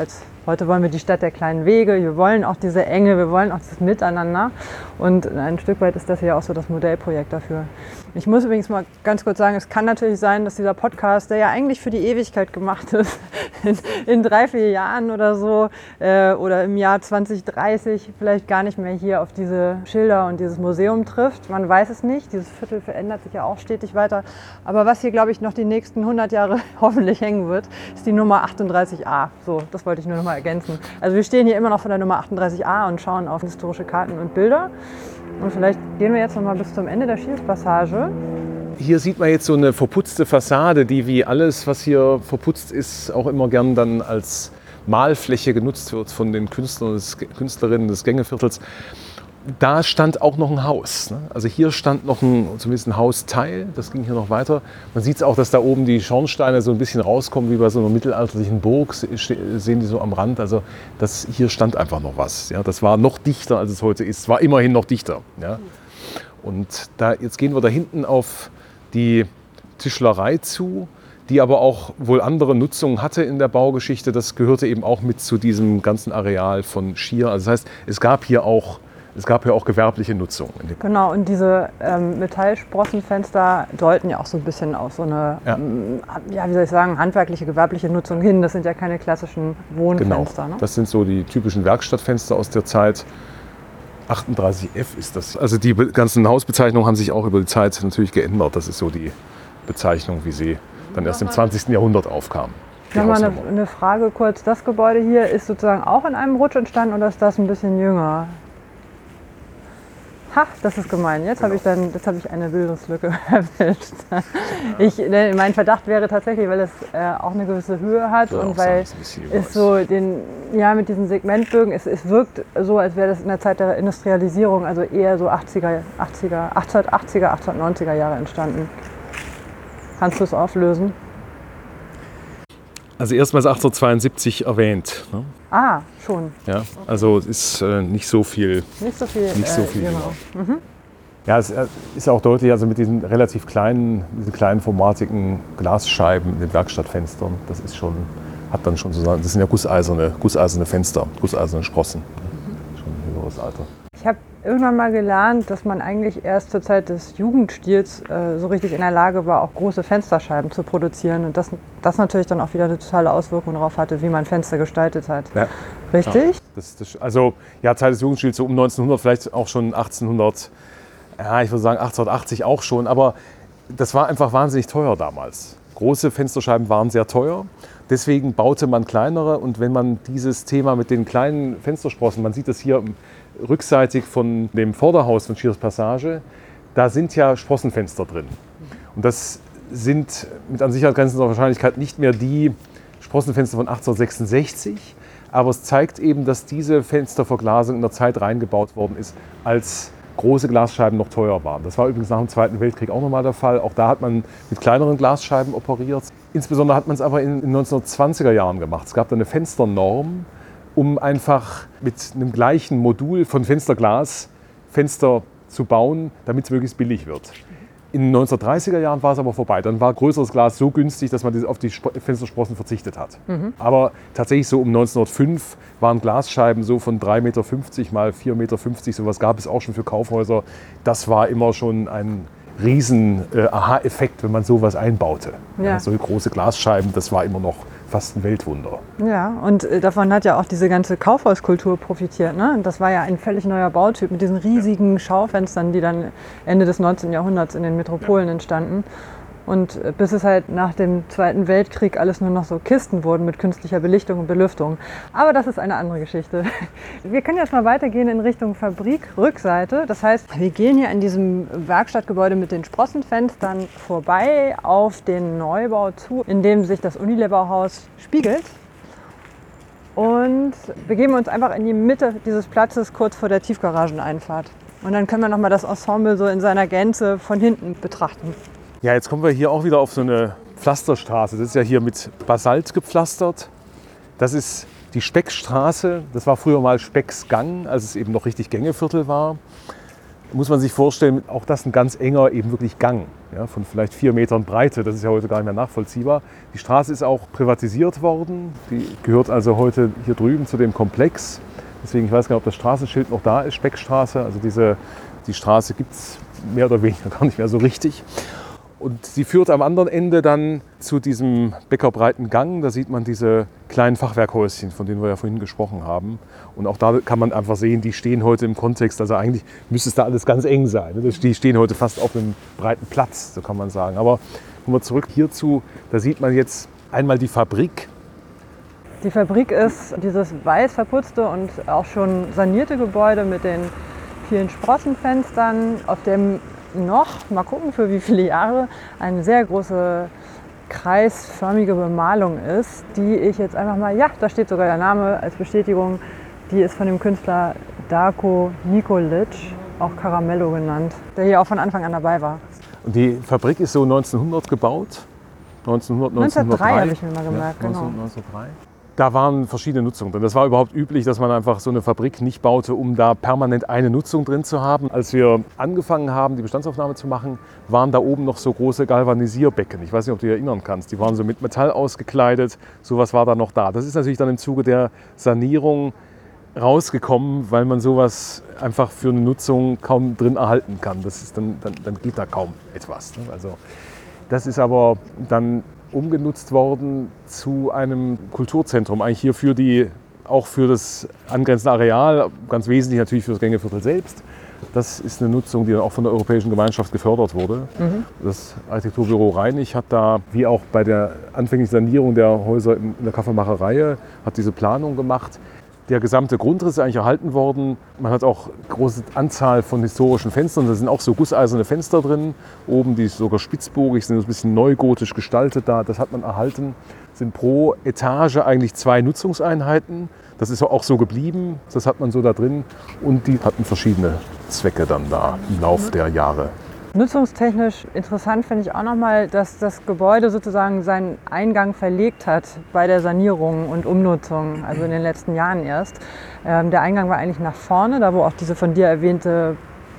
Heute wollen wir die Stadt der kleinen Wege, wir wollen auch diese Enge, wir wollen auch das Miteinander. Und ein Stück weit ist das hier auch so das Modellprojekt dafür. Ich muss übrigens mal ganz kurz sagen, es kann natürlich sein, dass dieser Podcast, der ja eigentlich für die Ewigkeit gemacht ist, in 3-4 Jahren oder so oder im Jahr 2030 vielleicht gar nicht mehr hier auf diese Schilder und dieses Museum trifft. Man weiß es nicht, dieses Viertel verändert sich ja auch stetig weiter. Aber was hier, glaube ich, noch die nächsten 100 Jahre hoffentlich hängen wird, ist die Nummer 38a. So, das wollte ich nur noch mal ergänzen. Also wir stehen hier immer noch von der Nummer 38a und schauen auf historische Karten und Bilder. Und vielleicht gehen wir jetzt noch mal bis zum Ende der Schierspassage. Hier sieht man jetzt so eine verputzte Fassade, die wie alles, was hier verputzt ist, auch immer gern dann als Malfläche genutzt wird von den Künstlerinnen des Gängeviertels. Da stand auch noch ein Haus. Ne? Also hier stand noch zumindest ein Hausteil, das ging hier noch weiter. Man sieht es auch, dass da oben die Schornsteine so ein bisschen rauskommen, wie bei so einer mittelalterlichen Burg, sehen die so am Rand. Also hier stand einfach noch was. Ja? Das war noch dichter, als es heute ist. War immerhin noch dichter. Ja? Und jetzt gehen wir da hinten auf die Tischlerei zu, die aber auch wohl andere Nutzungen hatte in der Baugeschichte. Das gehörte eben auch mit zu diesem ganzen Areal von Schier. Also das heißt, es gab hier auch gewerbliche Nutzung. Genau, und diese Metallsprossenfenster deuten ja auch so ein bisschen auf so eine, wie soll ich sagen, handwerkliche, gewerbliche Nutzung hin. Das sind ja keine klassischen Wohnfenster. Genau, ne? Das sind so die typischen Werkstattfenster aus der Zeit. 38F ist das. Also die ganzen Hausbezeichnungen haben sich auch über die Zeit natürlich geändert. Das ist so die Bezeichnung, wie sie dann erst im 20. Jahrhundert aufkam. Nochmal eine Frage kurz. Das Gebäude hier ist sozusagen auch in einem Rutsch entstanden oder ist das ein bisschen jünger? Ha, das ist gemein. Jetzt habe ich eine Bildungslücke erwischt. Mein Verdacht wäre tatsächlich, weil es auch eine gewisse Höhe hat und weil es so mit diesen Segmentbögen, es wirkt so, als wäre das in der Zeit der Industrialisierung, also eher so 1890er Jahre entstanden. Kannst du es auflösen? Also erstmals 1872 erwähnt. Ne? Ah, schon. Ja, also es ist nicht so viel. Nicht so viel. Genau. Mhm. Ja, es ist auch deutlich, also mit diesen relativ kleinen, formatigen Glasscheiben in den Werkstattfenstern, das sind ja gusseiserne Fenster, gusseiserne Sprossen. Schon ein höheres Alter. Ich habe irgendwann mal gelernt, dass man eigentlich erst zur Zeit des Jugendstils so richtig in der Lage war, auch große Fensterscheiben zu produzieren. Und das natürlich dann auch wieder eine totale Auswirkung darauf hatte, wie man Fenster gestaltet hat. Ja. Richtig? Ja, Zeit des Jugendstils so um 1900, vielleicht auch schon 1800, ich würde sagen 1880 auch schon. Aber das war einfach wahnsinnig teuer damals. Große Fensterscheiben waren sehr teuer. Deswegen baute man kleinere. Und wenn man dieses Thema mit den kleinen Fenstersprossen, man sieht das hier rückseitig von dem Vorderhaus von Schiers Passage, da sind ja Sprossenfenster drin. Und das sind mit an Sicherheit grenzender Wahrscheinlichkeit nicht mehr die Sprossenfenster von 1866, aber es zeigt eben, dass diese Fensterverglasung in der Zeit reingebaut worden ist, als große Glasscheiben noch teuer waren. Das war übrigens nach dem Zweiten Weltkrieg auch nochmal der Fall. Auch da hat man mit kleineren Glasscheiben operiert. Insbesondere hat man es aber in den 1920er Jahren gemacht. Es gab da eine Fensternorm, um einfach mit einem gleichen Modul von Fensterglas Fenster zu bauen, damit es möglichst billig wird. In den 1930er Jahren war es aber vorbei. Dann war größeres Glas so günstig, dass man auf die Fenstersprossen verzichtet hat. Mhm. Aber tatsächlich so um 1905 waren Glasscheiben so von 3,50 Meter mal 4,50 Meter, sowas gab es auch schon für Kaufhäuser. Das war immer schon ein riesen Aha-Effekt, wenn man sowas einbaute. Ja. So große Glasscheiben, das war immer noch fast ein Weltwunder. Ja, und davon hat ja auch diese ganze Kaufhauskultur profitiert. Ne? Das war ja ein völlig neuer Bautyp mit diesen riesigen Schaufenstern, die dann Ende des 19. Jahrhunderts in den Metropolen entstanden. Und bis es halt nach dem Zweiten Weltkrieg alles nur noch so Kisten wurden mit künstlicher Belichtung und Belüftung. Aber das ist eine andere Geschichte. Wir können jetzt mal weitergehen in Richtung Fabrikrückseite. Das heißt, wir gehen hier in diesem Werkstattgebäude mit den Sprossenfenstern vorbei auf den Neubau zu, in dem sich das Unilever-Haus spiegelt. Und begeben uns einfach in die Mitte dieses Platzes kurz vor der Tiefgarageneinfahrt. Und dann können wir nochmal das Ensemble so in seiner Gänze von hinten betrachten. Ja, jetzt kommen wir hier auch wieder auf so eine Pflasterstraße. Das ist ja hier mit Basalt gepflastert. Das ist die Speckstraße. Das war früher mal Specksgang, als es eben noch richtig Gängeviertel war. muss man sich vorstellen, auch das ein ganz enger, eben wirklich Gang, ja, von vielleicht 4 Metern Breite. Das ist ja heute gar nicht mehr nachvollziehbar. Die Straße ist auch privatisiert worden. Die gehört also heute hier drüben zu dem Komplex. Deswegen, ich weiß gar nicht, ob das Straßenschild noch da ist, Speckstraße. Also die Straße gibt es mehr oder weniger gar nicht mehr so richtig. Und sie führt am anderen Ende dann zu diesem bäckerbreiten Gang. Da sieht man diese kleinen Fachwerkhäuschen, von denen wir ja vorhin gesprochen haben. Und auch da kann man einfach sehen, die stehen heute im Kontext. Also eigentlich müsste es da alles ganz eng sein. Die stehen heute fast auf einem breiten Platz, so kann man sagen. Aber kommen wir zurück hierzu. Da sieht man jetzt einmal die Fabrik. Die Fabrik ist dieses weiß verputzte und auch schon sanierte Gebäude mit den vielen Sprossenfenstern, auf dem noch, mal gucken für wie viele Jahre, eine sehr große kreisförmige Bemalung ist, die ich jetzt einfach mal, ja, da steht sogar der Name als Bestätigung, die ist von dem Künstler Darko Nikolic, auch Caramello genannt, der hier auch von Anfang an dabei war. Und die Fabrik ist so 1900 gebaut. 1903 habe ich mir mal gemerkt, ja, genau. 1903. Da waren verschiedene Nutzungen drin. Das war überhaupt üblich, dass man einfach so eine Fabrik nicht baute, um da permanent eine Nutzung drin zu haben. Als wir angefangen haben, die Bestandsaufnahme zu machen, waren da oben noch so große Galvanisierbecken. Ich weiß nicht, ob du dich erinnern kannst. Die waren so mit Metall ausgekleidet. Sowas war da noch da. Das ist natürlich dann im Zuge der Sanierung rausgekommen, weil man sowas einfach für eine Nutzung kaum drin erhalten kann. Das ist dann geht da kaum etwas. Also das ist aber dann umgenutzt worden zu einem Kulturzentrum, eigentlich hier auch für das angrenzende Areal, ganz wesentlich natürlich für das Gängeviertel selbst. Das ist eine Nutzung, die dann auch von der Europäischen Gemeinschaft gefördert wurde. Das Architekturbüro Reinig hat da, wie auch bei der anfänglichen Sanierung der Häuser in der Kaffeemacherei, hat diese Planung gemacht. Der gesamte Grundriss ist eigentlich erhalten worden. Man hat auch eine große Anzahl von historischen Fenstern. Da sind auch so gusseiserne Fenster drin. Oben, die sogar spitzbogig sind, ein bisschen neugotisch gestaltet da. Das hat man erhalten. Es sind pro Etage eigentlich 2 Nutzungseinheiten. Das ist auch so geblieben. Das hat man so da drin. Und die hatten verschiedene Zwecke dann da im Laufe der Jahre. Nutzungstechnisch interessant finde ich auch nochmal, dass das Gebäude sozusagen seinen Eingang verlegt hat bei der Sanierung und Umnutzung, also in den letzten Jahren erst. Der Eingang war eigentlich nach vorne, da wo auch diese von dir erwähnte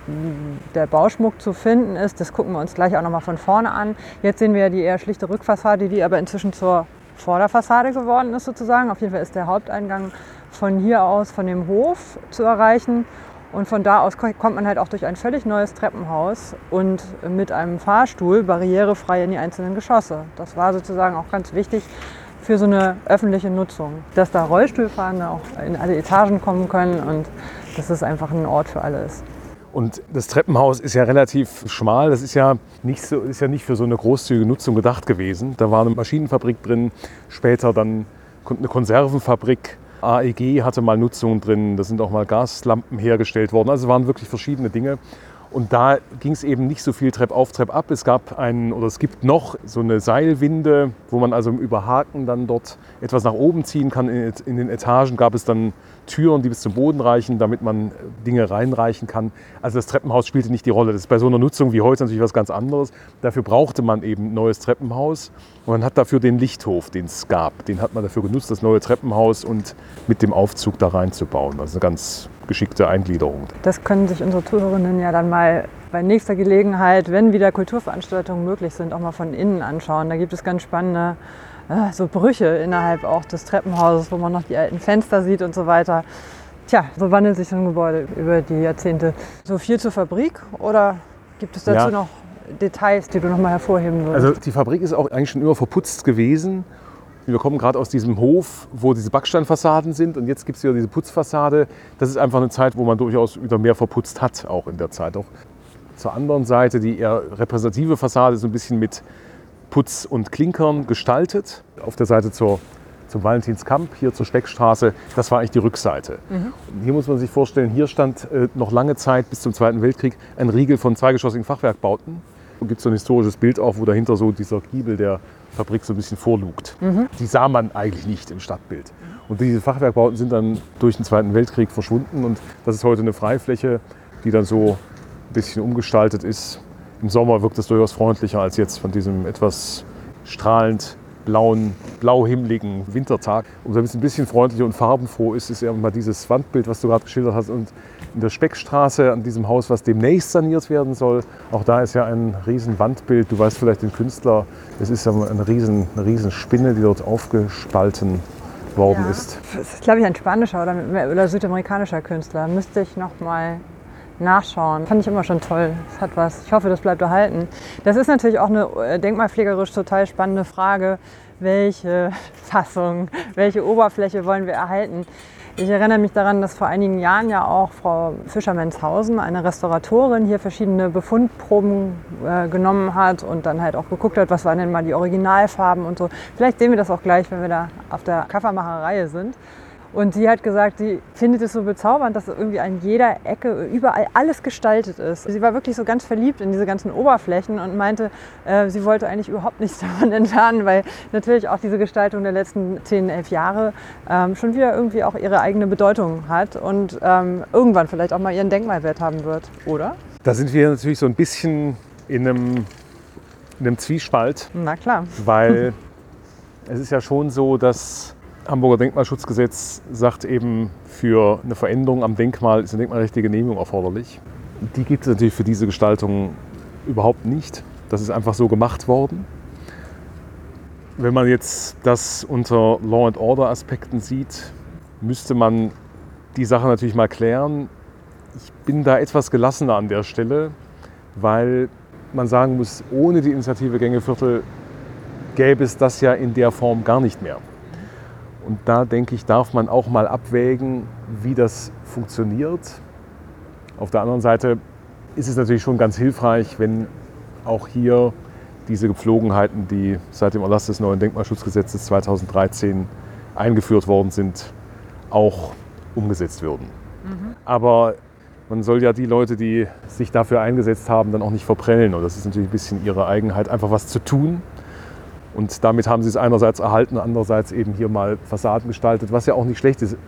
der Bauschmuck zu finden ist. Das gucken wir uns gleich auch nochmal von vorne an. Jetzt sehen wir ja die eher schlichte Rückfassade, die aber inzwischen zur Vorderfassade geworden ist sozusagen. Auf jeden Fall ist der Haupteingang von hier aus, von dem Hof zu erreichen. Und von da aus kommt man halt auch durch ein völlig neues Treppenhaus und mit einem Fahrstuhl barrierefrei in die einzelnen Geschosse. Das war sozusagen auch ganz wichtig für so eine öffentliche Nutzung, dass da Rollstuhlfahrende auch in alle Etagen kommen können und dass es einfach ein Ort für alle ist. Und das Treppenhaus ist ja relativ schmal. Das ist ja nicht für so eine großzügige Nutzung gedacht gewesen. Da war eine Maschinenfabrik drin, später dann eine Konservenfabrik. AEG hatte mal Nutzungen drin, da sind auch mal Gaslampen hergestellt worden. Also es waren wirklich verschiedene Dinge. Und da ging es eben nicht so viel Treppauf, Treppab. Es gibt noch so eine Seilwinde, wo man also im Überhaken dann dort etwas nach oben ziehen kann. In den Etagen gab es dann Türen, die bis zum Boden reichen, damit man Dinge reinreichen kann. Also das Treppenhaus spielte nicht die Rolle. Das ist bei so einer Nutzung wie heute natürlich was ganz anderes. Dafür brauchte man eben ein neues Treppenhaus. Und man hat dafür den Lichthof, den es gab, den hat man dafür genutzt, das neue Treppenhaus und mit dem Aufzug da reinzubauen. Also eine ganz geschickte Eingliederung. Das können sich unsere Zuhörerinnen ja dann mal bei nächster Gelegenheit, wenn wieder Kulturveranstaltungen möglich sind, auch mal von innen anschauen. Da gibt es ganz spannende so Brüche innerhalb auch des Treppenhauses, wo man noch die alten Fenster sieht und so weiter. Tja, so wandelt sich so ein Gebäude über die Jahrzehnte. So viel zur Fabrik oder gibt es dazu noch Details, die du noch mal hervorheben würdest? Also die Fabrik ist auch eigentlich schon immer verputzt gewesen. Wir kommen gerade aus diesem Hof, wo diese Backsteinfassaden sind und jetzt gibt es hier diese Putzfassade. Das ist einfach eine Zeit, wo man durchaus wieder mehr verputzt hat, auch in der Zeit. Auch zur anderen Seite, die eher repräsentative Fassade, so ein bisschen mit Putz und Klinkern gestaltet. Auf der Seite zum Valentinskamp, hier zur Speckstraße, das war eigentlich die Rückseite. Und hier muss man sich vorstellen, hier stand noch lange Zeit bis zum Zweiten Weltkrieg ein Riegel von zweigeschossigen Fachwerkbauten. Da gibt es so ein historisches Bild auch, wo dahinter so dieser Giebel der Fabrik so ein bisschen vorlugt. Die sah man eigentlich nicht im Stadtbild. Und diese Fachwerkbauten sind dann durch den Zweiten Weltkrieg verschwunden und das ist heute eine Freifläche, die dann so ein bisschen umgestaltet ist. Im Sommer wirkt es durchaus freundlicher als jetzt von diesem etwas strahlend blauhimmeligen Wintertag. Und damit es ein bisschen freundlicher und farbenfroh ist, ist ja mal dieses Wandbild, was du gerade geschildert hast. Und in der Speckstraße, an diesem Haus, was demnächst saniert werden soll. Auch da ist ja ein riesen Wandbild. Du weißt vielleicht den Künstler. Es ist ja eine riesen Spinne, die dort aufgespalten worden ist. Das ist, glaube ich, ein spanischer oder südamerikanischer Künstler. Müsste ich noch mal nachschauen. Fand ich immer schon toll. Das hat was. Ich hoffe, das bleibt erhalten. Das ist natürlich auch eine denkmalpflegerisch total spannende Frage. Welche Fassung, welche Oberfläche wollen wir erhalten? Ich erinnere mich daran, dass vor einigen Jahren ja auch Frau Fischer-Menshausen, eine Restauratorin, hier verschiedene Befundproben genommen hat und dann halt auch geguckt hat, was waren denn mal die Originalfarben und so. Vielleicht sehen wir das auch gleich, wenn wir da auf der Kaffermacherei sind. Und sie hat gesagt, sie findet es so bezaubernd, dass irgendwie an jeder Ecke, überall alles gestaltet ist. Sie war wirklich so ganz verliebt in diese ganzen Oberflächen und meinte, sie wollte eigentlich überhaupt nichts davon entfernen, weil natürlich auch diese Gestaltung der letzten 10, 11 Jahre schon wieder irgendwie auch ihre eigene Bedeutung hat und irgendwann vielleicht auch mal ihren Denkmalwert haben wird, oder? Da sind wir natürlich so ein bisschen in einem Zwiespalt. Na klar. Weil es ist ja schon so, dass Hamburger Denkmalschutzgesetz sagt eben, für eine Veränderung am Denkmal ist eine denkmalrechtliche Genehmigung erforderlich. Die gibt es natürlich für diese Gestaltung überhaupt nicht. Das ist einfach so gemacht worden. Wenn man jetzt das unter Law and Order Aspekten sieht, müsste man die Sache natürlich mal klären. Ich bin da etwas gelassener an der Stelle, weil man sagen muss, ohne die Initiative Gängeviertel gäbe es das ja in der Form gar nicht mehr. Und da denke ich, darf man auch mal abwägen, wie das funktioniert. Auf der anderen Seite ist es natürlich schon ganz hilfreich, wenn auch hier diese Gepflogenheiten, die seit dem Erlass des neuen Denkmalschutzgesetzes 2013 eingeführt worden sind, auch umgesetzt würden. Aber man soll ja die Leute, die sich dafür eingesetzt haben, dann auch nicht verprellen. Und das ist natürlich ein bisschen ihre Eigenheit, einfach was zu tun. Und damit haben sie es einerseits erhalten, andererseits eben hier mal Fassaden gestaltet, was ja auch nicht schlecht ist.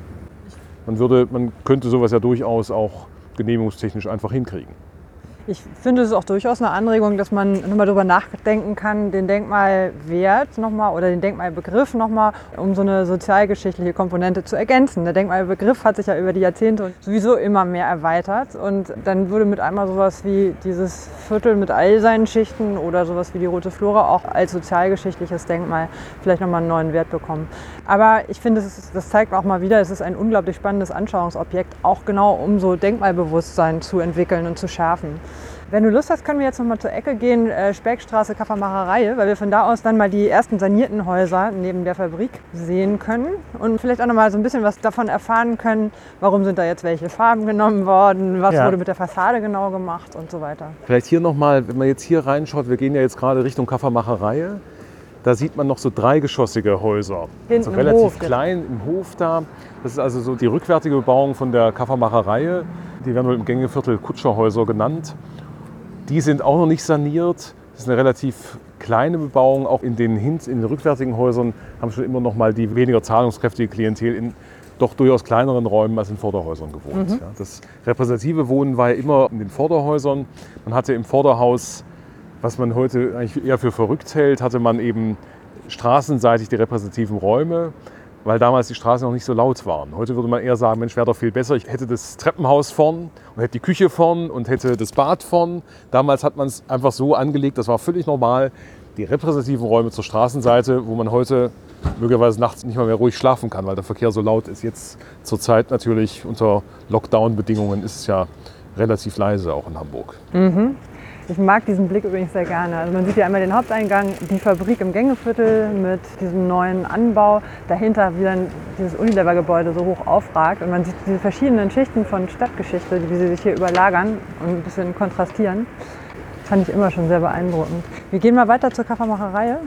Man könnte sowas ja durchaus auch genehmigungstechnisch einfach hinkriegen. Ich finde, es ist auch durchaus eine Anregung, dass man nochmal darüber nachdenken kann, den Denkmalwert nochmal oder den Denkmalbegriff nochmal, um so eine sozialgeschichtliche Komponente zu ergänzen. Der Denkmalbegriff hat sich ja über die Jahrzehnte sowieso immer mehr erweitert und dann würde mit einmal sowas wie dieses Viertel mit all seinen Schichten oder sowas wie die Rote Flora auch als sozialgeschichtliches Denkmal vielleicht nochmal einen neuen Wert bekommen. Aber ich finde, das zeigt auch mal wieder, es ist ein unglaublich spannendes Anschauungsobjekt, auch genau um so Denkmalbewusstsein zu entwickeln und zu schärfen. Wenn du Lust hast, können wir jetzt noch mal zur Ecke gehen, Speckstraße, Kaffermacherei, weil wir von da aus dann mal die ersten sanierten Häuser neben der Fabrik sehen können und vielleicht auch noch mal so ein bisschen was davon erfahren können, warum sind da jetzt welche Farben genommen worden, was wurde mit der Fassade genau gemacht und so weiter. Vielleicht hier noch mal, wenn man jetzt hier reinschaut, wir gehen ja jetzt gerade Richtung Kaffermacherei, da sieht man noch so dreigeschossige Häuser, hinten also relativ Hof, klein im Hof da. Das ist also so die rückwärtige Bebauung von der Kaffermacherei, die werden wohl im Gängeviertel Kutscherhäuser genannt. Die sind auch noch nicht saniert. Das ist eine relativ kleine Bebauung. Auch in den rückwärtigen Häusern haben schon immer noch mal die weniger zahlungskräftige Klientel in doch durchaus kleineren Räumen als in Vorderhäusern gewohnt. Ja, das repräsentative Wohnen war ja immer in den Vorderhäusern. Man hatte im Vorderhaus, was man heute eigentlich eher für verrückt hält, hatte man eben straßenseitig die repräsentativen Räume, weil damals die Straßen noch nicht so laut waren. Heute würde man eher sagen, Mensch, wäre doch viel besser, ich hätte das Treppenhaus vorn und hätte die Küche vorn und hätte das Bad vorn. Damals hat man es einfach so angelegt, das war völlig normal, die repräsentativen Räume zur Straßenseite, wo man heute möglicherweise nachts nicht mal mehr ruhig schlafen kann, weil der Verkehr so laut ist. Jetzt zur Zeit natürlich unter Lockdown-Bedingungen ist es ja relativ leise auch in Hamburg. Ich mag diesen Blick übrigens sehr gerne. Also man sieht ja einmal den Haupteingang, die Fabrik im Gängeviertel mit diesem neuen Anbau. Dahinter wieder dieses Unilever-Gebäude so hoch aufragt. Und man sieht diese verschiedenen Schichten von Stadtgeschichte, wie sie sich hier überlagern und ein bisschen kontrastieren. Das fand ich immer schon sehr beeindruckend. Wir gehen mal weiter zur Kaffermacherei.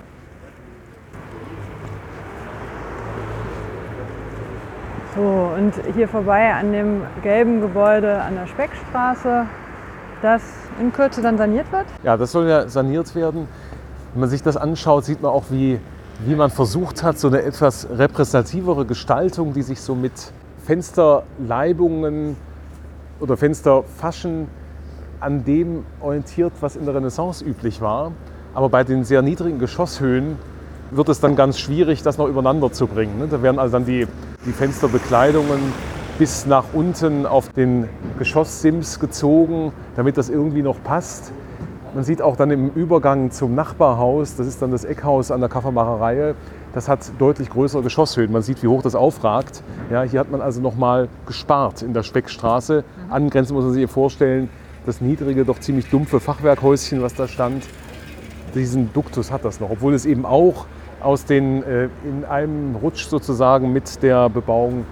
So, und hier vorbei an dem gelben Gebäude an der Speckstraße, das in Kürze dann saniert wird? Ja, das soll ja saniert werden. Wenn man sich das anschaut, sieht man auch, wie man versucht hat, so eine etwas repräsentativere Gestaltung, die sich so mit Fensterleibungen oder Fensterfaschen an dem orientiert, was in der Renaissance üblich war. Aber bei den sehr niedrigen Geschosshöhen wird es dann ganz schwierig, das noch übereinander zu bringen. Da werden also dann die Fensterbekleidungen bis nach unten auf den Geschosssims gezogen, damit das irgendwie noch passt. Man sieht auch dann im Übergang zum Nachbarhaus, das ist dann das Eckhaus an der Kaffeemacherei, das hat deutlich größere Geschosshöhen. Man sieht, wie hoch das aufragt. Ja, hier hat man also nochmal gespart in der Speckstraße. Angrenzend muss man sich vorstellen, das niedrige, doch ziemlich dumpfe Fachwerkhäuschen, was da stand. Diesen Duktus hat das noch, obwohl es eben auch aus in einem Rutsch sozusagen mit der Bebauung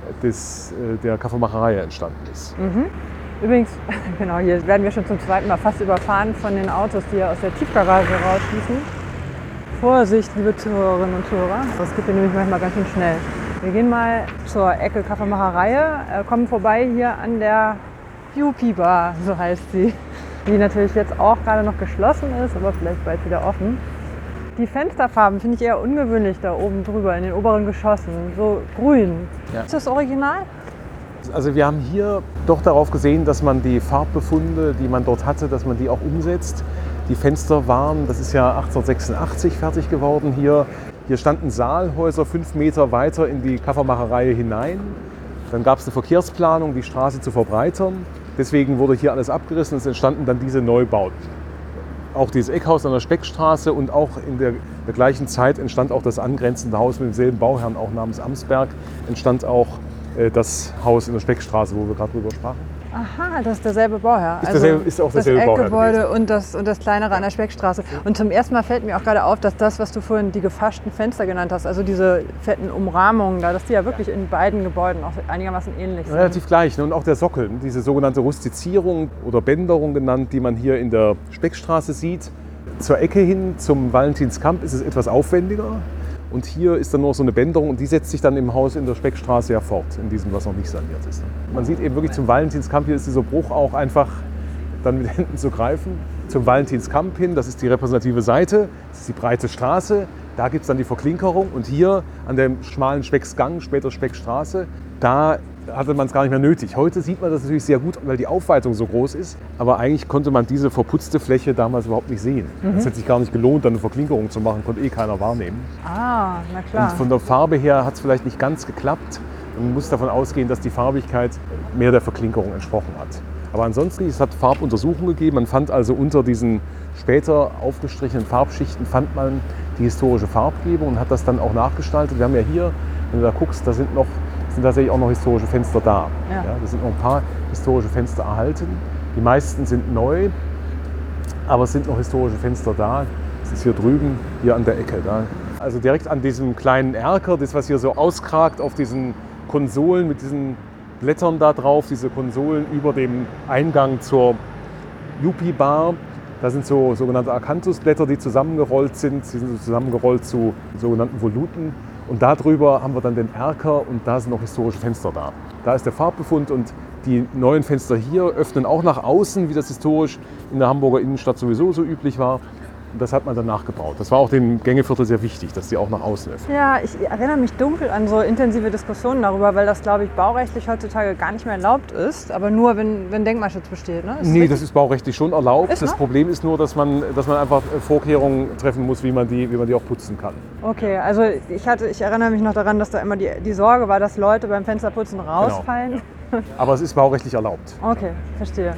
der Kaffeemacherei entstanden ist. Übrigens, genau, hier werden wir schon zum zweiten Mal fast überfahren von den Autos, die hier aus der Tiefgarage rausschießen. Vorsicht, liebe Zuhörerinnen und Zuhörer, das geht hier nämlich manchmal ganz schön schnell. Wir gehen mal zur Ecke Kaffeemacherei, kommen vorbei hier an der Yupi Bar, so heißt sie, die natürlich jetzt auch gerade noch geschlossen ist, aber vielleicht bald wieder offen. Die Fensterfarben finde ich eher ungewöhnlich da oben drüber in den oberen Geschossen, so grün. Ja. Ist das original? Also wir haben hier doch darauf gesehen, dass man die Farbbefunde, die man dort hatte, dass man die auch umsetzt. Die Fenster waren, das ist ja 1886 fertig geworden hier. Hier standen Saalhäuser 5 Meter weiter in die Kaffeemacherei hinein. Dann gab es eine Verkehrsplanung, die Straße zu verbreitern. Deswegen wurde hier alles abgerissen und es entstanden dann diese Neubauten. Auch dieses Eckhaus an der Speckstraße und auch in der gleichen Zeit entstand auch das angrenzende Haus mit demselben Bauherrn, auch namens Amsberg, entstand auch das Haus in der Speckstraße, wo wir gerade drüber sprachen. Aha, das ist derselbe Bauherr. Ist auch derselbe Bauherr. Das Eckgebäude und das kleinere an der Speckstraße. Und zum ersten Mal fällt mir auch gerade auf, dass das, was du vorhin die gefaschten Fenster genannt hast, also diese fetten Umrahmungen da, dass die ja wirklich in beiden Gebäuden auch einigermaßen ähnlich sind. Relativ gleich. Und auch der Sockel, diese sogenannte Rustizierung oder Bänderung genannt, die man hier in der Speckstraße sieht. Zur Ecke hin, zum Valentinskamp, ist es etwas aufwendiger. Und hier ist dann noch so eine Bänderung und die setzt sich dann im Haus in der Speckstraße ja fort, in diesem, was noch nicht saniert ist. Man sieht eben wirklich zum Valentinskamp, hier ist dieser Bruch auch einfach dann mit Händen zu greifen. Zum Valentinskamp hin, das ist die repräsentative Seite, das ist die breite Straße, da gibt es dann die Verklinkerung und hier an dem schmalen Specksgang, später Speckstraße, da hatte man es gar nicht mehr nötig. Heute sieht man das natürlich sehr gut, weil die Aufweitung so groß ist, aber eigentlich konnte man diese verputzte Fläche damals überhaupt nicht sehen. Es hätte sich gar nicht gelohnt, dann eine Verklinkerung zu machen, konnte keiner wahrnehmen. Ah, na klar. Und von der Farbe her hat es vielleicht nicht ganz geklappt. Man muss davon ausgehen, dass die Farbigkeit mehr der Verklinkerung entsprochen hat. Aber ansonsten, es hat Farbuntersuchungen gegeben. Man fand also unter diesen später aufgestrichenen Farbschichten fand man die historische Farbgebung und hat das dann auch nachgestaltet. Wir haben ja hier, wenn du da guckst, da sind tatsächlich auch noch historische Fenster da. Ja. Ja, da sind noch ein paar historische Fenster erhalten. Die meisten sind neu, aber es sind noch historische Fenster da. Das ist hier drüben, hier an der Ecke. Da. Also direkt an diesem kleinen Erker, das was hier so auskragt auf diesen Konsolen mit diesen Blättern da drauf, diese Konsolen über dem Eingang zur Yupi Bar. Da sind so sogenannte Akanthusblätter, die zusammengerollt sind. Sie sind so zusammengerollt zu sogenannten Voluten. Und darüber haben wir dann den Erker und da sind noch historische Fenster da. Da ist der Farbbefund und die neuen Fenster hier öffnen auch nach außen, wie das historisch in der Hamburger Innenstadt sowieso so üblich war. Und das hat man dann nachgebaut. Das war auch dem Gängeviertel sehr wichtig, dass die auch nach außen öffnen. Ja, ich erinnere mich dunkel an so intensive Diskussionen darüber, weil das, glaube ich, baurechtlich heutzutage gar nicht mehr erlaubt ist, aber nur, wenn Denkmalschutz besteht. Ne? Nee, das ist baurechtlich schon erlaubt. Ist, das ne? Problem ist nur, dass man einfach Vorkehrungen treffen muss, wie man die auch putzen kann. Okay, also ich erinnere mich noch daran, dass da immer die Sorge war, dass Leute beim Fensterputzen rausfallen. Genau. Aber es ist baurechtlich erlaubt. Okay, verstehe.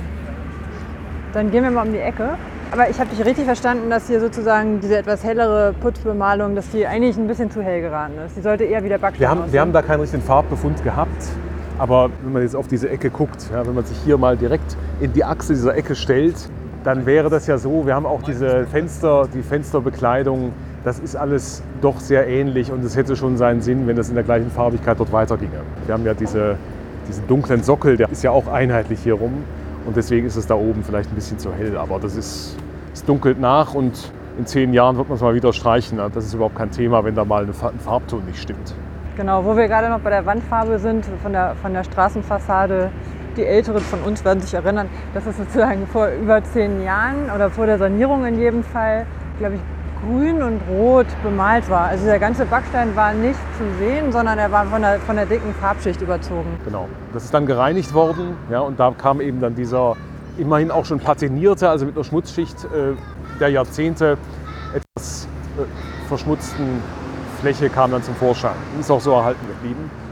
Dann gehen wir mal um die Ecke. Aber ich habe dich richtig verstanden, dass hier sozusagen diese etwas hellere Putzbemalung, dass die eigentlich ein bisschen zu hell geraten ist. Die sollte eher wie der Backstein aussehen. Wir haben da keinen richtigen Farbbefund gehabt. Aber wenn man jetzt auf diese Ecke guckt, ja, wenn man sich hier mal direkt in die Achse dieser Ecke stellt, dann wäre das ja so, wir haben auch diese Fenster, die Fensterbekleidung, das ist alles doch sehr ähnlich und es hätte schon seinen Sinn, wenn das in der gleichen Farbigkeit dort weiterginge. Wir haben ja diesen dunklen Sockel, der ist ja auch einheitlich hier rum. Und deswegen ist es da oben vielleicht ein bisschen zu hell, aber es dunkelt nach und in 10 Jahren wird man es mal wieder streichen. Das ist überhaupt kein Thema, wenn da mal ein Farbton nicht stimmt. Genau, wo wir gerade noch bei der Wandfarbe sind, von der Straßenfassade. Die Älteren von uns werden sich erinnern, dass es sozusagen vor über 10 Jahren oder vor der Sanierung in jedem Fall, glaube ich, grün und rot bemalt war. Also der ganze Backstein war nicht zu sehen, sondern er war von der dicken Farbschicht überzogen. Genau. Das ist dann gereinigt worden, ja, und da kam eben dann dieser immerhin auch schon patinierte, also mit einer Schmutzschicht der Jahrzehnte etwas verschmutzten Fläche kam dann zum Vorschein. Die ist auch so erhalten geblieben.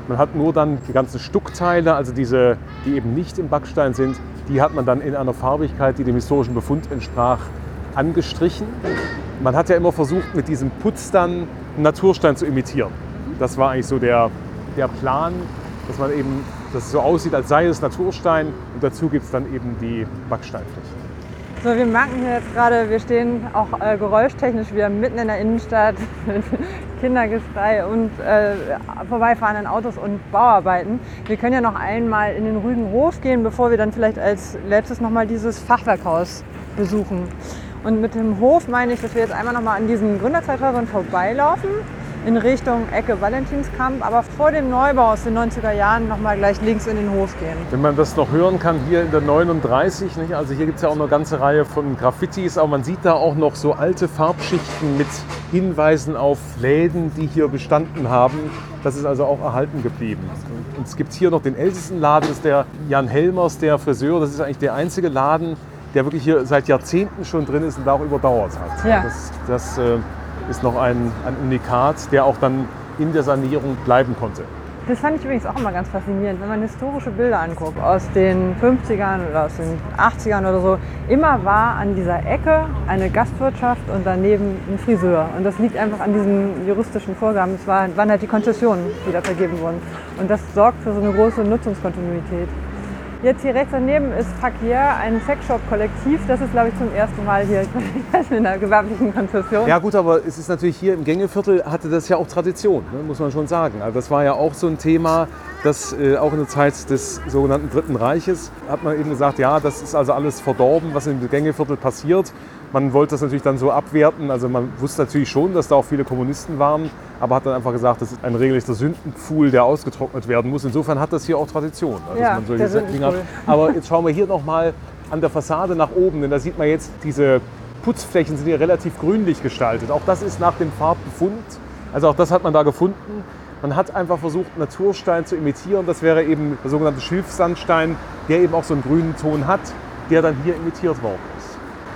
Man hat nur dann die ganzen Stuckteile, also diese, die eben nicht im Backstein sind, die hat man dann in einer Farbigkeit, die dem historischen Befund entsprach, angestrichen. Man hat ja immer versucht, mit diesem Putz dann einen Naturstein zu imitieren. Das war eigentlich so der Plan, dass man eben, dass es so aussieht, als sei es Naturstein und dazu gibt es dann eben die Backsteinfläche. So, wir merken hier jetzt gerade, wir stehen auch geräuschtechnisch wieder mitten in der Innenstadt mit Kindergeschrei und vorbeifahrenden Autos und Bauarbeiten. Wir können ja noch einmal in den Rügenhof gehen, bevor wir dann vielleicht als letztes nochmal dieses Fachwerkhaus besuchen. Und mit dem Hof meine ich, dass wir jetzt einmal nochmal an diesen Gründerzeithäusern vorbeilaufen in Richtung Ecke Valentinskamp, aber vor dem Neubau aus den 90er Jahren nochmal gleich links in den Hof gehen. Wenn man das noch hören kann, hier in der 39, nicht? Also hier gibt es ja auch eine ganze Reihe von Graffitis, aber man sieht da auch noch so alte Farbschichten mit Hinweisen auf Läden, die hier bestanden haben. Das ist also auch erhalten geblieben. Und es gibt hier noch den ältesten Laden, das ist der Jan Helmers, der Friseur. Das ist eigentlich der einzige Laden, der wirklich hier seit Jahrzehnten schon drin ist und da auch überdauert hat. Ja. Das ist noch ein Unikat, der auch dann in der Sanierung bleiben konnte. Das fand ich übrigens auch immer ganz faszinierend, wenn man historische Bilder anguckt aus den 50ern oder aus den 80ern oder so. Immer war an dieser Ecke eine Gastwirtschaft und daneben ein Friseur. Und das liegt einfach an diesen juristischen Vorgaben. Es waren halt die Konzessionen, die da vergeben wurden. Und das sorgt für so eine große Nutzungskontinuität. Jetzt hier rechts daneben ist Fakir, ein Sexshop-Kollektiv. Das ist, glaube ich, zum ersten Mal hier in einer gewerblichen Konzession. Ja gut, aber es ist natürlich hier im Gängeviertel hatte das ja auch Tradition, ne, muss man schon sagen. Also das war ja auch so ein Thema, das auch in der Zeit des sogenannten Dritten Reiches hat man eben gesagt, ja, das ist also alles verdorben, was im Gängeviertel passiert. Man wollte das natürlich dann so abwerten, also man wusste natürlich schon, dass da auch viele Kommunisten waren, aber hat dann einfach gesagt, das ist ein regelrechter Sündenpfuhl, der ausgetrocknet werden muss. Insofern hat das hier auch Tradition, also Ja, dass man solche der Dinge hat. Aber jetzt schauen wir hier nochmal an der Fassade nach oben, denn da sieht man jetzt, diese Putzflächen sind hier relativ grünlich gestaltet. Auch das ist nach dem Farbbefund, also auch das hat man da gefunden. Man hat einfach versucht, Naturstein zu imitieren. Das wäre eben der sogenannte Schilfsandstein, der eben auch so einen grünen Ton hat, der dann hier imitiert worden ist.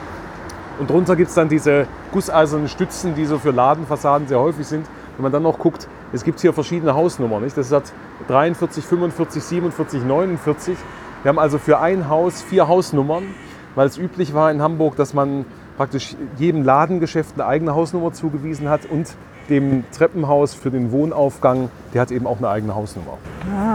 Und drunter gibt es dann diese gusseisernen Stützen, die so für Ladenfassaden sehr häufig sind. Wenn man dann noch guckt, es gibt hier verschiedene Hausnummern. Nicht? Das hat 43, 45, 47, 49. Wir haben also für ein Haus 4 Hausnummern, weil es üblich war in Hamburg, dass man praktisch jedem Ladengeschäft eine eigene Hausnummer zugewiesen hat und dem Treppenhaus für den Wohnaufgang, der hat eben auch eine eigene Hausnummer. Ah.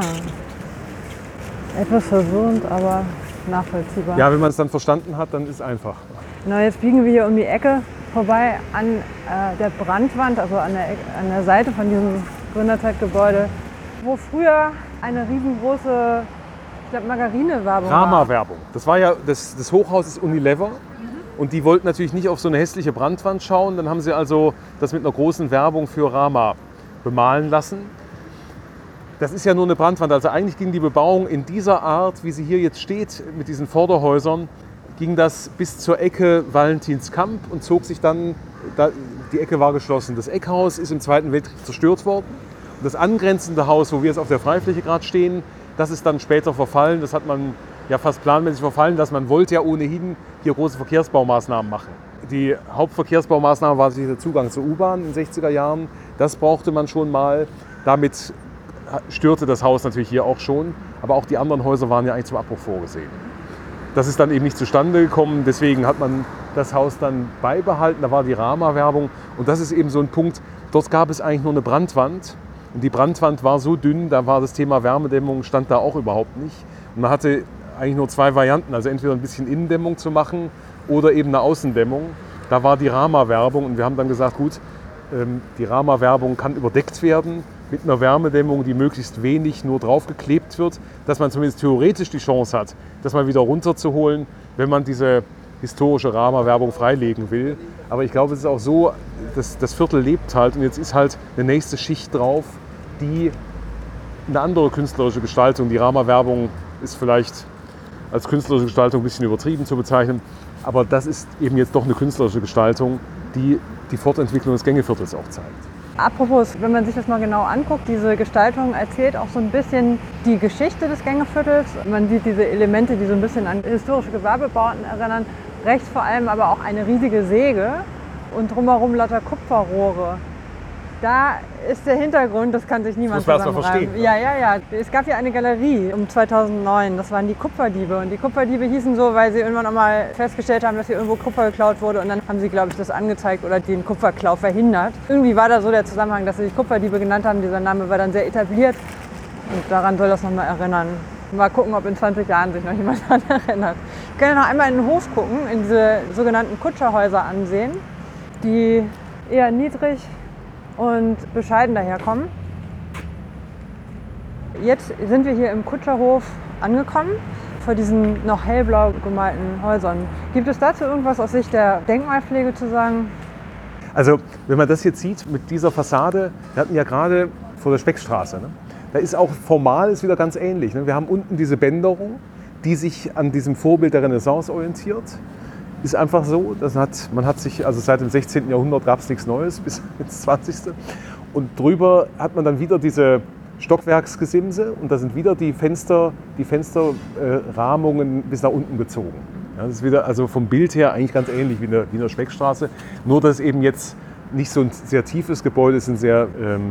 Etwas verwirrend, aber nachvollziehbar. Ja, wenn man es dann verstanden hat, dann ist es einfach. Genau, jetzt biegen wir hier um die Ecke vorbei an der Brandwand, also an der Seite von diesem Gründerzeitgebäude, wo früher eine riesengroße, ich glaube, Margarine-Werbung war. Rama-Werbung. Das war ja, das Hochhaus ist Unilever. Und die wollten natürlich nicht auf so eine hässliche Brandwand schauen. Dann haben sie also das mit einer großen Werbung für Rama bemalen lassen. Das ist ja nur eine Brandwand. Also eigentlich ging die Bebauung in dieser Art, wie sie hier jetzt steht, mit diesen Vorderhäusern, ging das bis zur Ecke Valentinskamp und zog sich dann, die Ecke war geschlossen. Das Eckhaus ist im Zweiten Weltkrieg zerstört worden. Und das angrenzende Haus, wo wir jetzt auf der Freifläche gerade stehen, das ist dann später verfallen. Das hat man ja fast planmäßig verfallen, dass man wollte ja ohnehin hier große Verkehrsbaumaßnahmen machen. Die Hauptverkehrsbaumaßnahme war der Zugang zur U-Bahn in den 60er Jahren. Das brauchte man schon mal. Damit störte das Haus natürlich hier auch schon. Aber auch die anderen Häuser waren ja eigentlich zum Abbruch vorgesehen. Das ist dann eben nicht zustande gekommen. Deswegen hat man das Haus dann beibehalten. Da war die Rama-Werbung. Und das ist eben so ein Punkt. Dort gab es eigentlich nur eine Brandwand. Und die Brandwand war so dünn, da war das Thema Wärmedämmung, stand da auch überhaupt nicht. Und man hatte eigentlich nur 2 Varianten, also entweder ein bisschen Innendämmung zu machen oder eben eine Außendämmung. Da war die Rama-Werbung und wir haben dann gesagt, gut, die Rama-Werbung kann überdeckt werden mit einer Wärmedämmung, die möglichst wenig nur draufgeklebt wird, dass man zumindest theoretisch die Chance hat, das mal wieder runterzuholen, wenn man diese historische Rama-Werbung freilegen will. Aber ich glaube, es ist auch so, dass das Viertel lebt halt und jetzt ist halt eine nächste Schicht drauf, die eine andere künstlerische Gestaltung, die Rama-Werbung ist vielleicht als künstlerische Gestaltung ein bisschen übertrieben zu bezeichnen, aber das ist eben jetzt doch eine künstlerische Gestaltung, die die Fortentwicklung des Gängeviertels auch zeigt. Apropos, wenn man sich das mal genau anguckt, diese Gestaltung erzählt auch so ein bisschen die Geschichte des Gängeviertels. Man sieht diese Elemente, die so ein bisschen an historische Gewerbebauten erinnern. Rechts vor allem aber auch eine riesige Säge und drumherum lauter Kupferrohre. Da ist der Hintergrund, das kann sich niemand zusammenreimen. Ja. Es gab ja eine Galerie um 2009, das waren die Kupferdiebe. Und die Kupferdiebe hießen so, weil sie irgendwann auch mal festgestellt haben, dass hier irgendwo Kupfer geklaut wurde. Und dann haben sie, glaube ich, das angezeigt oder den Kupferklau verhindert. Irgendwie war da so der Zusammenhang, dass sie sich Kupferdiebe genannt haben. Dieser Name war dann sehr etabliert. Und daran soll das nochmal erinnern. Mal gucken, ob in 20 Jahren sich noch jemand daran erinnert. Wir können noch einmal in den Hof gucken, in diese sogenannten Kutscherhäuser ansehen, die eher niedrig und bescheiden daherkommen. Jetzt sind wir hier im Kutscherhof angekommen, vor diesen noch hellblau gemalten Häusern. Gibt es dazu irgendwas aus Sicht der Denkmalpflege zu sagen? Also wenn man das jetzt sieht mit dieser Fassade, wir hatten ja gerade vor der Speckstraße, ne? Da ist auch formal ist wieder ganz ähnlich. Ne? Wir haben unten diese Bänderung, die sich an diesem Vorbild der Renaissance orientiert. Ist einfach so, man hat sich, also seit dem 16. Jahrhundert gab es nichts Neues bis ins 20. Und drüber hat man dann wieder diese Stockwerksgesimse und da sind wieder die Fensterrahmungen bis nach unten gezogen. Ja, das ist wieder, also vom Bild her eigentlich ganz ähnlich wie in der Speckstraße, nur dass es eben jetzt nicht so ein sehr tiefes Gebäude ist, ein sehr,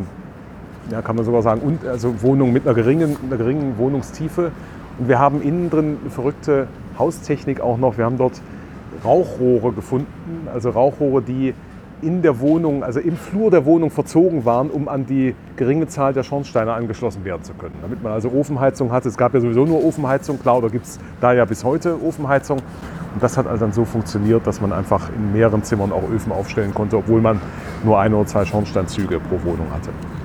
kann man sogar sagen, also Wohnungen mit einer geringen Wohnungstiefe. Und wir haben innen drin eine verrückte Haustechnik auch noch. Wir haben dort Rauchrohre gefunden, also Rauchrohre, die in der Wohnung, also im Flur der Wohnung verzogen waren, um an die geringe Zahl der Schornsteine angeschlossen werden zu können. Damit man also Ofenheizung hatte. Es gab ja sowieso nur Ofenheizung, klar, oder gibt es da ja bis heute Ofenheizung. Und das hat also dann so funktioniert, dass man einfach in mehreren Zimmern auch Öfen aufstellen konnte, obwohl man nur 1 oder 2 Schornsteinzüge pro Wohnung hatte.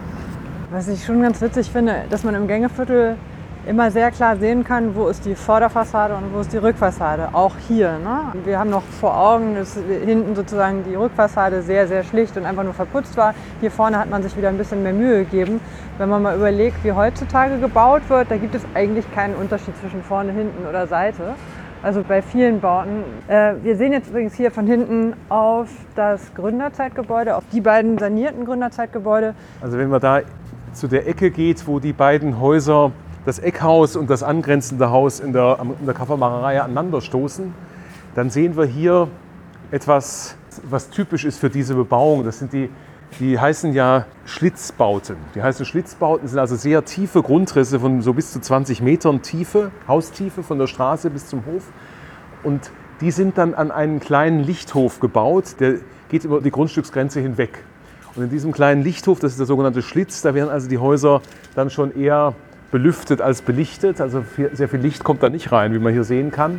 Was ich schon ganz witzig finde, dass man im Gängeviertel immer sehr klar sehen kann, wo ist die Vorderfassade und wo ist die Rückfassade. Auch hier. Ne? Wir haben noch vor Augen, dass hinten sozusagen die Rückfassade sehr, sehr schlicht und einfach nur verputzt war. Hier vorne hat man sich wieder ein bisschen mehr Mühe gegeben. Wenn man mal überlegt, wie heutzutage gebaut wird, da gibt es eigentlich keinen Unterschied zwischen vorne, hinten oder Seite. Also bei vielen Bauten. Wir sehen jetzt übrigens hier von hinten auf das Gründerzeitgebäude, auf die beiden sanierten Gründerzeitgebäude. Also wenn man da zu der Ecke geht, wo die beiden Häuser, das Eckhaus und das angrenzende Haus in der Kaffeemacherei aneinanderstoßen, dann sehen wir hier etwas, was typisch ist für diese Bebauung. Das sind die heißen ja Schlitzbauten. Die heißen Schlitzbauten sind also sehr tiefe Grundrisse von so bis zu 20 Metern Tiefe, Haustiefe von der Straße bis zum Hof. Und die sind dann an einen kleinen Lichthof gebaut, der geht über die Grundstücksgrenze hinweg. Und in diesem kleinen Lichthof, das ist der sogenannte Schlitz, da werden also die Häuser dann schon eher belüftet als belichtet. Also sehr viel Licht kommt da nicht rein, wie man hier sehen kann.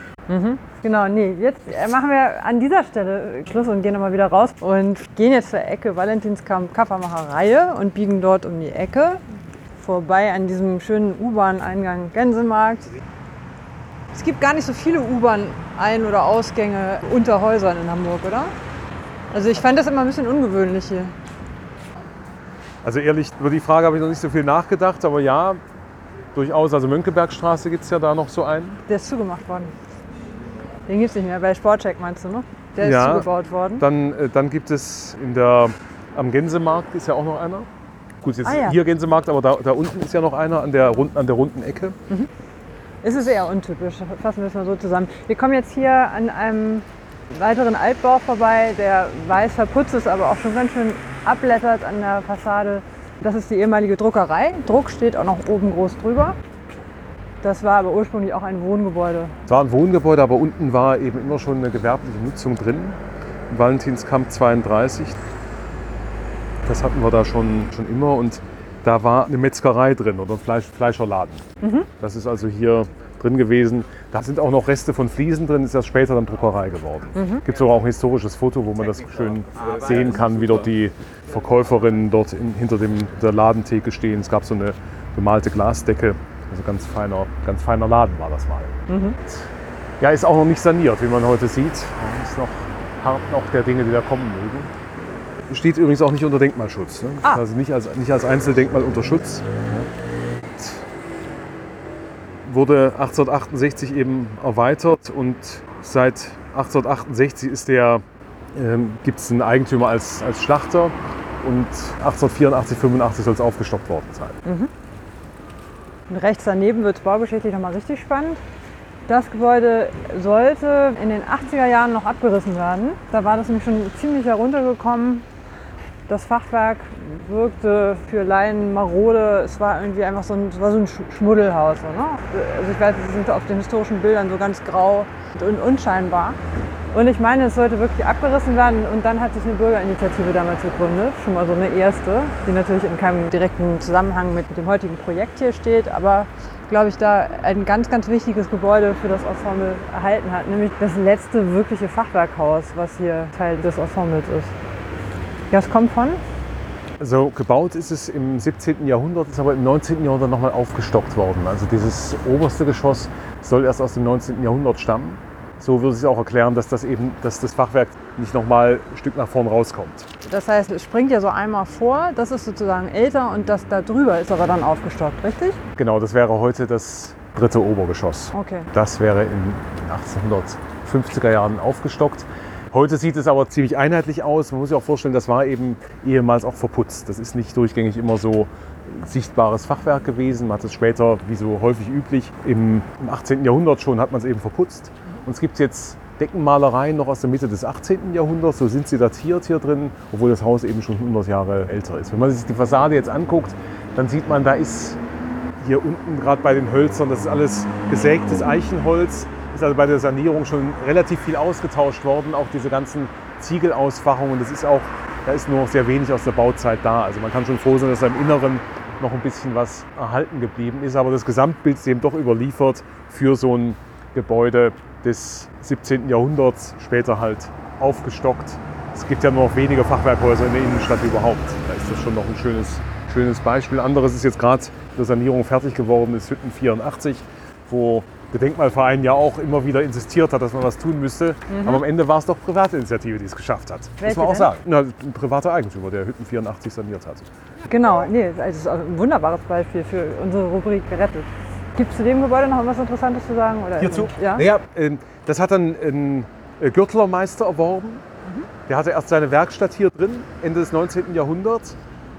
Genau, nee, jetzt machen wir an dieser Stelle Schluss und gehen nochmal wieder raus und gehen jetzt zur Ecke Valentinskamp Kaffeemacherei und biegen dort um die Ecke vorbei an diesem schönen U-Bahn-Eingang Gänsemarkt. Es gibt gar nicht so viele U-Bahn-Ein- oder Ausgänge unter Häusern in Hamburg, oder? Also ich fand das immer ein bisschen ungewöhnlich hier. Also ehrlich, über die Frage habe ich noch nicht so viel nachgedacht, aber ja, durchaus. Also Mönckebergstraße gibt es ja da noch so einen. Der ist zugemacht worden. Den gibt es nicht mehr, bei Sportcheck meinst du, ne? Der ist zugebaut worden. Dann gibt es am Gänsemarkt ist ja auch noch einer. Gut, jetzt hier Gänsemarkt, aber da unten ist ja noch einer an der runden Ecke. Es ist eher untypisch, fassen wir es mal so zusammen. Wir kommen jetzt hier an einem weiteren Altbau vorbei, der weiß verputzt ist, aber auch schon ganz schön abblättert an der Fassade. Das ist die ehemalige Druckerei. Druck steht auch noch oben groß drüber. Das war aber ursprünglich auch ein Wohngebäude. Es war ein Wohngebäude, aber unten war eben immer schon eine gewerbliche Nutzung drin. Im Valentinskamp 32. Das hatten wir da schon immer und da war eine Metzgerei drin oder ein Fleischerladen. Das ist also hier drin gewesen. Da sind auch noch Reste von Fliesen drin, ist das später dann Druckerei geworden. Gibt sogar auch ein historisches Foto, wo man das schön sehen kann, wie dort die Verkäuferinnen dort hinter der Ladentheke stehen. Es gab so eine bemalte Glasdecke. Also ganz feiner Laden war das mal. Ja, ist auch noch nicht saniert, wie man heute sieht. Ist noch hart noch der Dinge, die da kommen mögen. Steht übrigens auch nicht unter Denkmalschutz. Ne? Also nicht als Einzeldenkmal unter Schutz. Wurde 1868 eben erweitert und seit 1868 gibt es einen Eigentümer als Schlachter und 1884, 85 soll es aufgestockt worden sein. Und rechts daneben wird es baugeschichtlich nochmal richtig spannend. Das Gebäude sollte in den 80er Jahren noch abgerissen werden. Da war das nämlich schon ziemlich heruntergekommen. Das Fachwerk wirkte für Laien marode. Es war irgendwie einfach so ein Schmuddelhaus. So, ne? Also ich weiß, sie sind auf den historischen Bildern so ganz grau und unscheinbar. Und ich meine, es sollte wirklich abgerissen werden. Und dann hat sich eine Bürgerinitiative damals gegründet. Schon mal so eine erste, die natürlich in keinem direkten Zusammenhang mit dem heutigen Projekt hier steht. Aber, glaube ich, da ein ganz, ganz wichtiges Gebäude für das Ensemble erhalten hat. Nämlich das letzte wirkliche Fachwerkhaus, was hier Teil des Ensembles ist. Ja, es kommt von? Also gebaut ist es im 17. Jahrhundert, ist aber im 19. Jahrhundert nochmal aufgestockt worden. Also dieses oberste Geschoss soll erst aus dem 19. Jahrhundert stammen. So würde es auch erklären, dass das Fachwerk nicht nochmal ein Stück nach vorn rauskommt. Das heißt, es springt ja so einmal vor, das ist sozusagen älter und das da drüber ist aber dann aufgestockt, richtig? Genau, das wäre heute das dritte Obergeschoss. Okay. Das wäre in den 1850er Jahren aufgestockt. Heute sieht es aber ziemlich einheitlich aus. Man muss sich auch vorstellen, das war eben ehemals auch verputzt. Das ist nicht durchgängig immer so sichtbares Fachwerk gewesen. Man hat es später, wie so häufig üblich, im 18. Jahrhundert schon hat man es eben verputzt. Und es gibt jetzt Deckenmalereien noch aus der Mitte des 18. Jahrhunderts, so sind sie datiert hier drin, obwohl das Haus eben schon 100 Jahre älter ist. Wenn man sich die Fassade jetzt anguckt, dann sieht man, da ist hier unten gerade bei den Hölzern, das ist alles gesägtes Eichenholz, ist also bei der Sanierung schon relativ viel ausgetauscht worden, auch diese ganzen Ziegelausfachungen, da ist nur noch sehr wenig aus der Bauzeit da. Also man kann schon froh sein, dass da im Inneren noch ein bisschen was erhalten geblieben ist, aber das Gesamtbild ist eben doch überliefert für so ein Gebäude des 17. Jahrhunderts, später halt aufgestockt. Es gibt ja nur noch wenige Fachwerkhäuser in der Innenstadt überhaupt. Da ist das schon noch ein schönes Beispiel. Anderes ist jetzt gerade in der Sanierung fertig geworden, ist Hütten 84, wo der Denkmalverein ja auch immer wieder insistiert hat, dass man was tun müsste. Aber am Ende war es doch private Initiative, die es geschafft hat. Welche muss man auch denn? sagen. Na, ein privater Eigentümer, der Hütten 84 saniert hat. Genau, das ist ein wunderbares Beispiel für unsere Rubrik gerettet. Gibt es zu dem Gebäude noch was Interessantes zu sagen? Oder Hierzu? Ja? Naja, das hat dann ein Gürtlermeister erworben. Der hatte erst seine Werkstatt hier drin, Ende des 19. Jahrhunderts.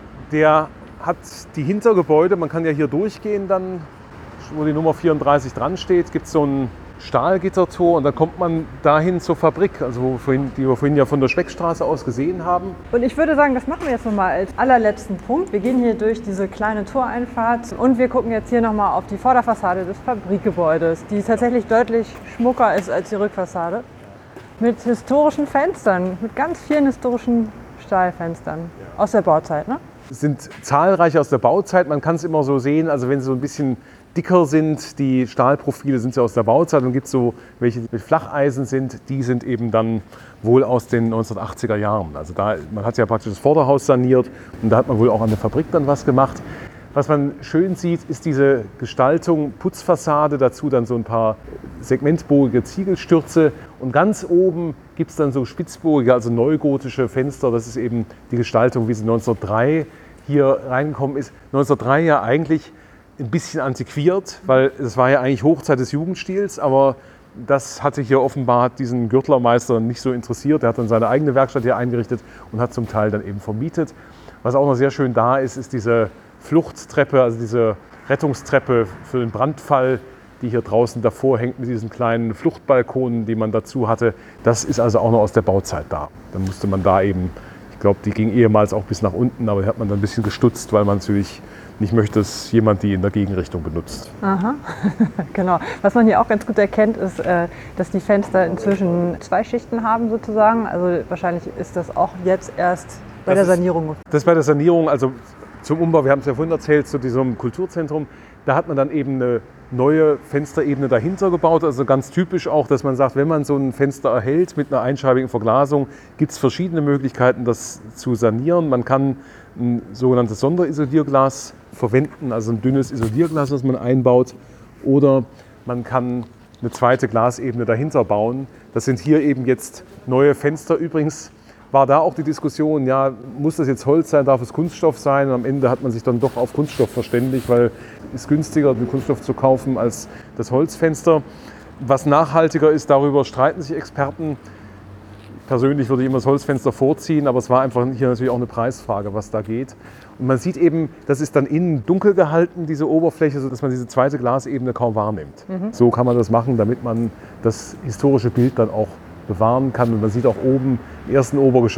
Der hat die Hintergebäude, man kann ja hier durchgehen, dann, wo die Nummer 34 dran steht, gibt es so ein Stahlgittertor und dann kommt man dahin zur Fabrik, also die wir vorhin ja von der Speckstraße aus gesehen haben. Und ich würde sagen, das machen wir jetzt nochmal als allerletzten Punkt. Wir gehen hier durch diese kleine Toreinfahrt und wir gucken jetzt hier nochmal auf die Vorderfassade des Fabrikgebäudes, die tatsächlich deutlich schmucker ist als die Rückfassade. Mit historischen Fenstern, mit ganz vielen historischen Stahlfenstern aus der Bauzeit, ne? Es sind zahlreiche aus der Bauzeit, man kann es immer so sehen, also wenn sie so ein bisschen dicker sind, die Stahlprofile sind ja aus der Bauzeit und gibt es so welche mit Flacheisen sind, die sind eben dann wohl aus den 1980er Jahren. Also man hat ja praktisch das Vorderhaus saniert und da hat man wohl auch an der Fabrik dann was gemacht. Was man schön sieht, ist diese Gestaltung, Putzfassade, dazu dann so ein paar segmentbogige Ziegelstürze und ganz oben gibt es dann so spitzbogige, also neugotische Fenster. Das ist eben die Gestaltung, wie sie 1903 hier reingekommen ist. 1903 ja eigentlich ein bisschen antiquiert, weil es war ja eigentlich Hochzeit des Jugendstils, aber das hatte hier offenbar diesen Gürtlermeister nicht so interessiert. Er hat dann seine eigene Werkstatt hier eingerichtet und hat zum Teil dann eben vermietet. Was auch noch sehr schön da ist, ist diese Fluchttreppe, also diese Rettungstreppe für den Brandfall, die hier draußen davor hängt mit diesen kleinen Fluchtbalkonen, die man dazu hatte. Das ist also auch noch aus der Bauzeit da. Dann musste man da eben, ich glaube, die ging ehemals auch bis nach unten, aber die hat man dann ein bisschen gestutzt, weil man natürlich nicht möchte, dass jemand die in der Gegenrichtung benutzt. Aha, genau. Was man hier auch ganz gut erkennt, ist, dass die Fenster inzwischen 2 Schichten haben sozusagen. Also wahrscheinlich ist das auch jetzt erst bei der Sanierung. Das ist bei der Sanierung, also zum Umbau, wir haben es ja vorhin erzählt, zu diesem Kulturzentrum, da hat man dann eben eine neue Fensterebene dahinter gebaut. Also ganz typisch auch, dass man sagt, wenn man so ein Fenster erhält mit einer einscheibigen Verglasung, gibt es verschiedene Möglichkeiten, das zu sanieren. Man kann ein sogenanntes Sonderisolierglas verwenden, also ein dünnes Isolierglas, das man einbaut. Oder man kann eine zweite Glasebene dahinter bauen. Das sind hier eben jetzt neue Fenster. Übrigens war da auch die Diskussion, ja, muss das jetzt Holz sein, darf es Kunststoff sein? Und am Ende hat man sich dann doch auf Kunststoff verständigt, weil es ist günstiger, den Kunststoff zu kaufen als das Holzfenster. Was nachhaltiger ist, darüber streiten sich Experten. Persönlich würde ich immer das Holzfenster vorziehen, aber es war einfach hier natürlich auch eine Preisfrage, was da geht. Und man sieht eben, das ist dann innen dunkel gehalten, diese Oberfläche, sodass man diese zweite Glasebene kaum wahrnimmt. So kann man das machen, damit man das historische Bild dann auch bewahren kann. Und man sieht auch oben im ersten Obergeschoss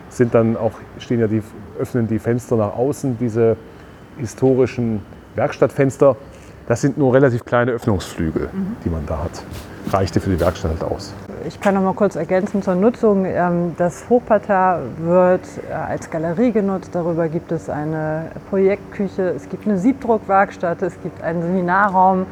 öffnen die Fenster nach außen, diese historischen Werkstattfenster. Das sind nur relativ kleine Öffnungsflügel, die man da hat. Reichte für die Werkstatt halt aus. Ich kann noch mal kurz ergänzen zur Nutzung. Das Hochparterre wird als Galerie genutzt. Darüber gibt es eine Projektküche, es gibt eine Siebdruckwerkstatt, es gibt einen Seminarraum,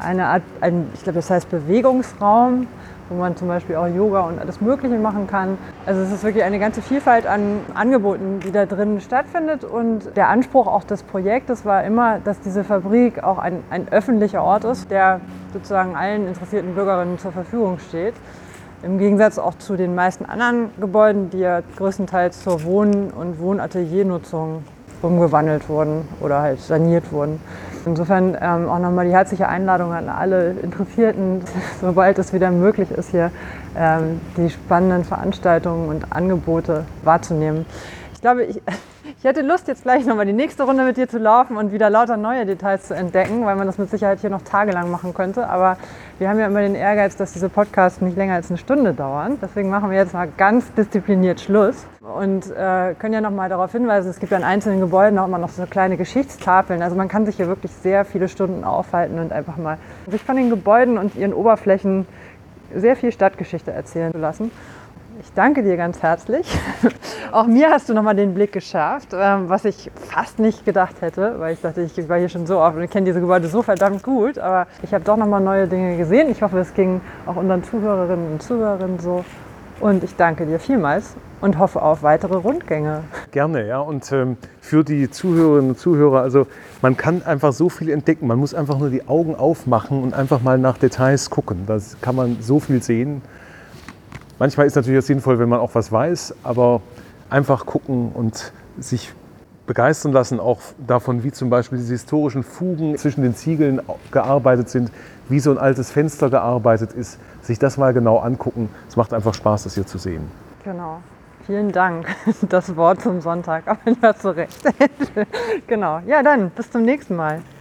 ich glaube, das heißt Bewegungsraum, wo man zum Beispiel auch Yoga und alles Mögliche machen kann. Also es ist wirklich eine ganze Vielfalt an Angeboten, die da drin stattfindet. Und der Anspruch auch des Projektes war immer, dass diese Fabrik auch ein öffentlicher Ort ist, der sozusagen allen interessierten Bürgerinnen zur Verfügung steht. Im Gegensatz auch zu den meisten anderen Gebäuden, die ja größtenteils zur Wohn- und Wohnateliernutzung umgewandelt wurden oder halt saniert wurden. Insofern auch nochmal die herzliche Einladung an alle Interessierten, sobald es wieder möglich ist, hier die spannenden Veranstaltungen und Angebote wahrzunehmen. Ich glaube, ich hätte Lust, jetzt gleich nochmal die nächste Runde mit dir zu laufen und wieder lauter neue Details zu entdecken, weil man das mit Sicherheit hier noch tagelang machen könnte. Aber wir haben ja immer den Ehrgeiz, dass diese Podcasts nicht länger als eine Stunde dauern. Deswegen machen wir jetzt mal ganz diszipliniert Schluss und können ja nochmal darauf hinweisen, es gibt ja in einzelnen Gebäuden auch immer noch so kleine Geschichtstafeln. Also man kann sich hier wirklich sehr viele Stunden aufhalten und einfach mal sich von den Gebäuden und ihren Oberflächen sehr viel Stadtgeschichte erzählen lassen. Ich danke dir ganz herzlich. Auch mir hast du nochmal den Blick geschärft, was ich fast nicht gedacht hätte, weil ich dachte, ich war hier schon so oft und ich kenne diese Gebäude so verdammt gut, aber ich habe doch nochmal neue Dinge gesehen. Ich hoffe, es ging auch unseren Zuhörerinnen und Zuhörern so. Und ich danke dir vielmals und hoffe auf weitere Rundgänge. Gerne, ja. Und für die Zuhörerinnen und Zuhörer, also man kann einfach so viel entdecken. Man muss einfach nur die Augen aufmachen und einfach mal nach Details gucken. Da kann man so viel sehen. Manchmal ist es natürlich auch sinnvoll, wenn man auch was weiß, aber einfach gucken und sich begeistern lassen, auch davon, wie zum Beispiel diese historischen Fugen zwischen den Ziegeln gearbeitet sind, wie so ein altes Fenster gearbeitet ist, sich das mal genau angucken. Es macht einfach Spaß, das hier zu sehen. Genau. Vielen Dank. Das Wort zum Sonntag, aber du hast so recht. Genau. Ja, dann bis zum nächsten Mal.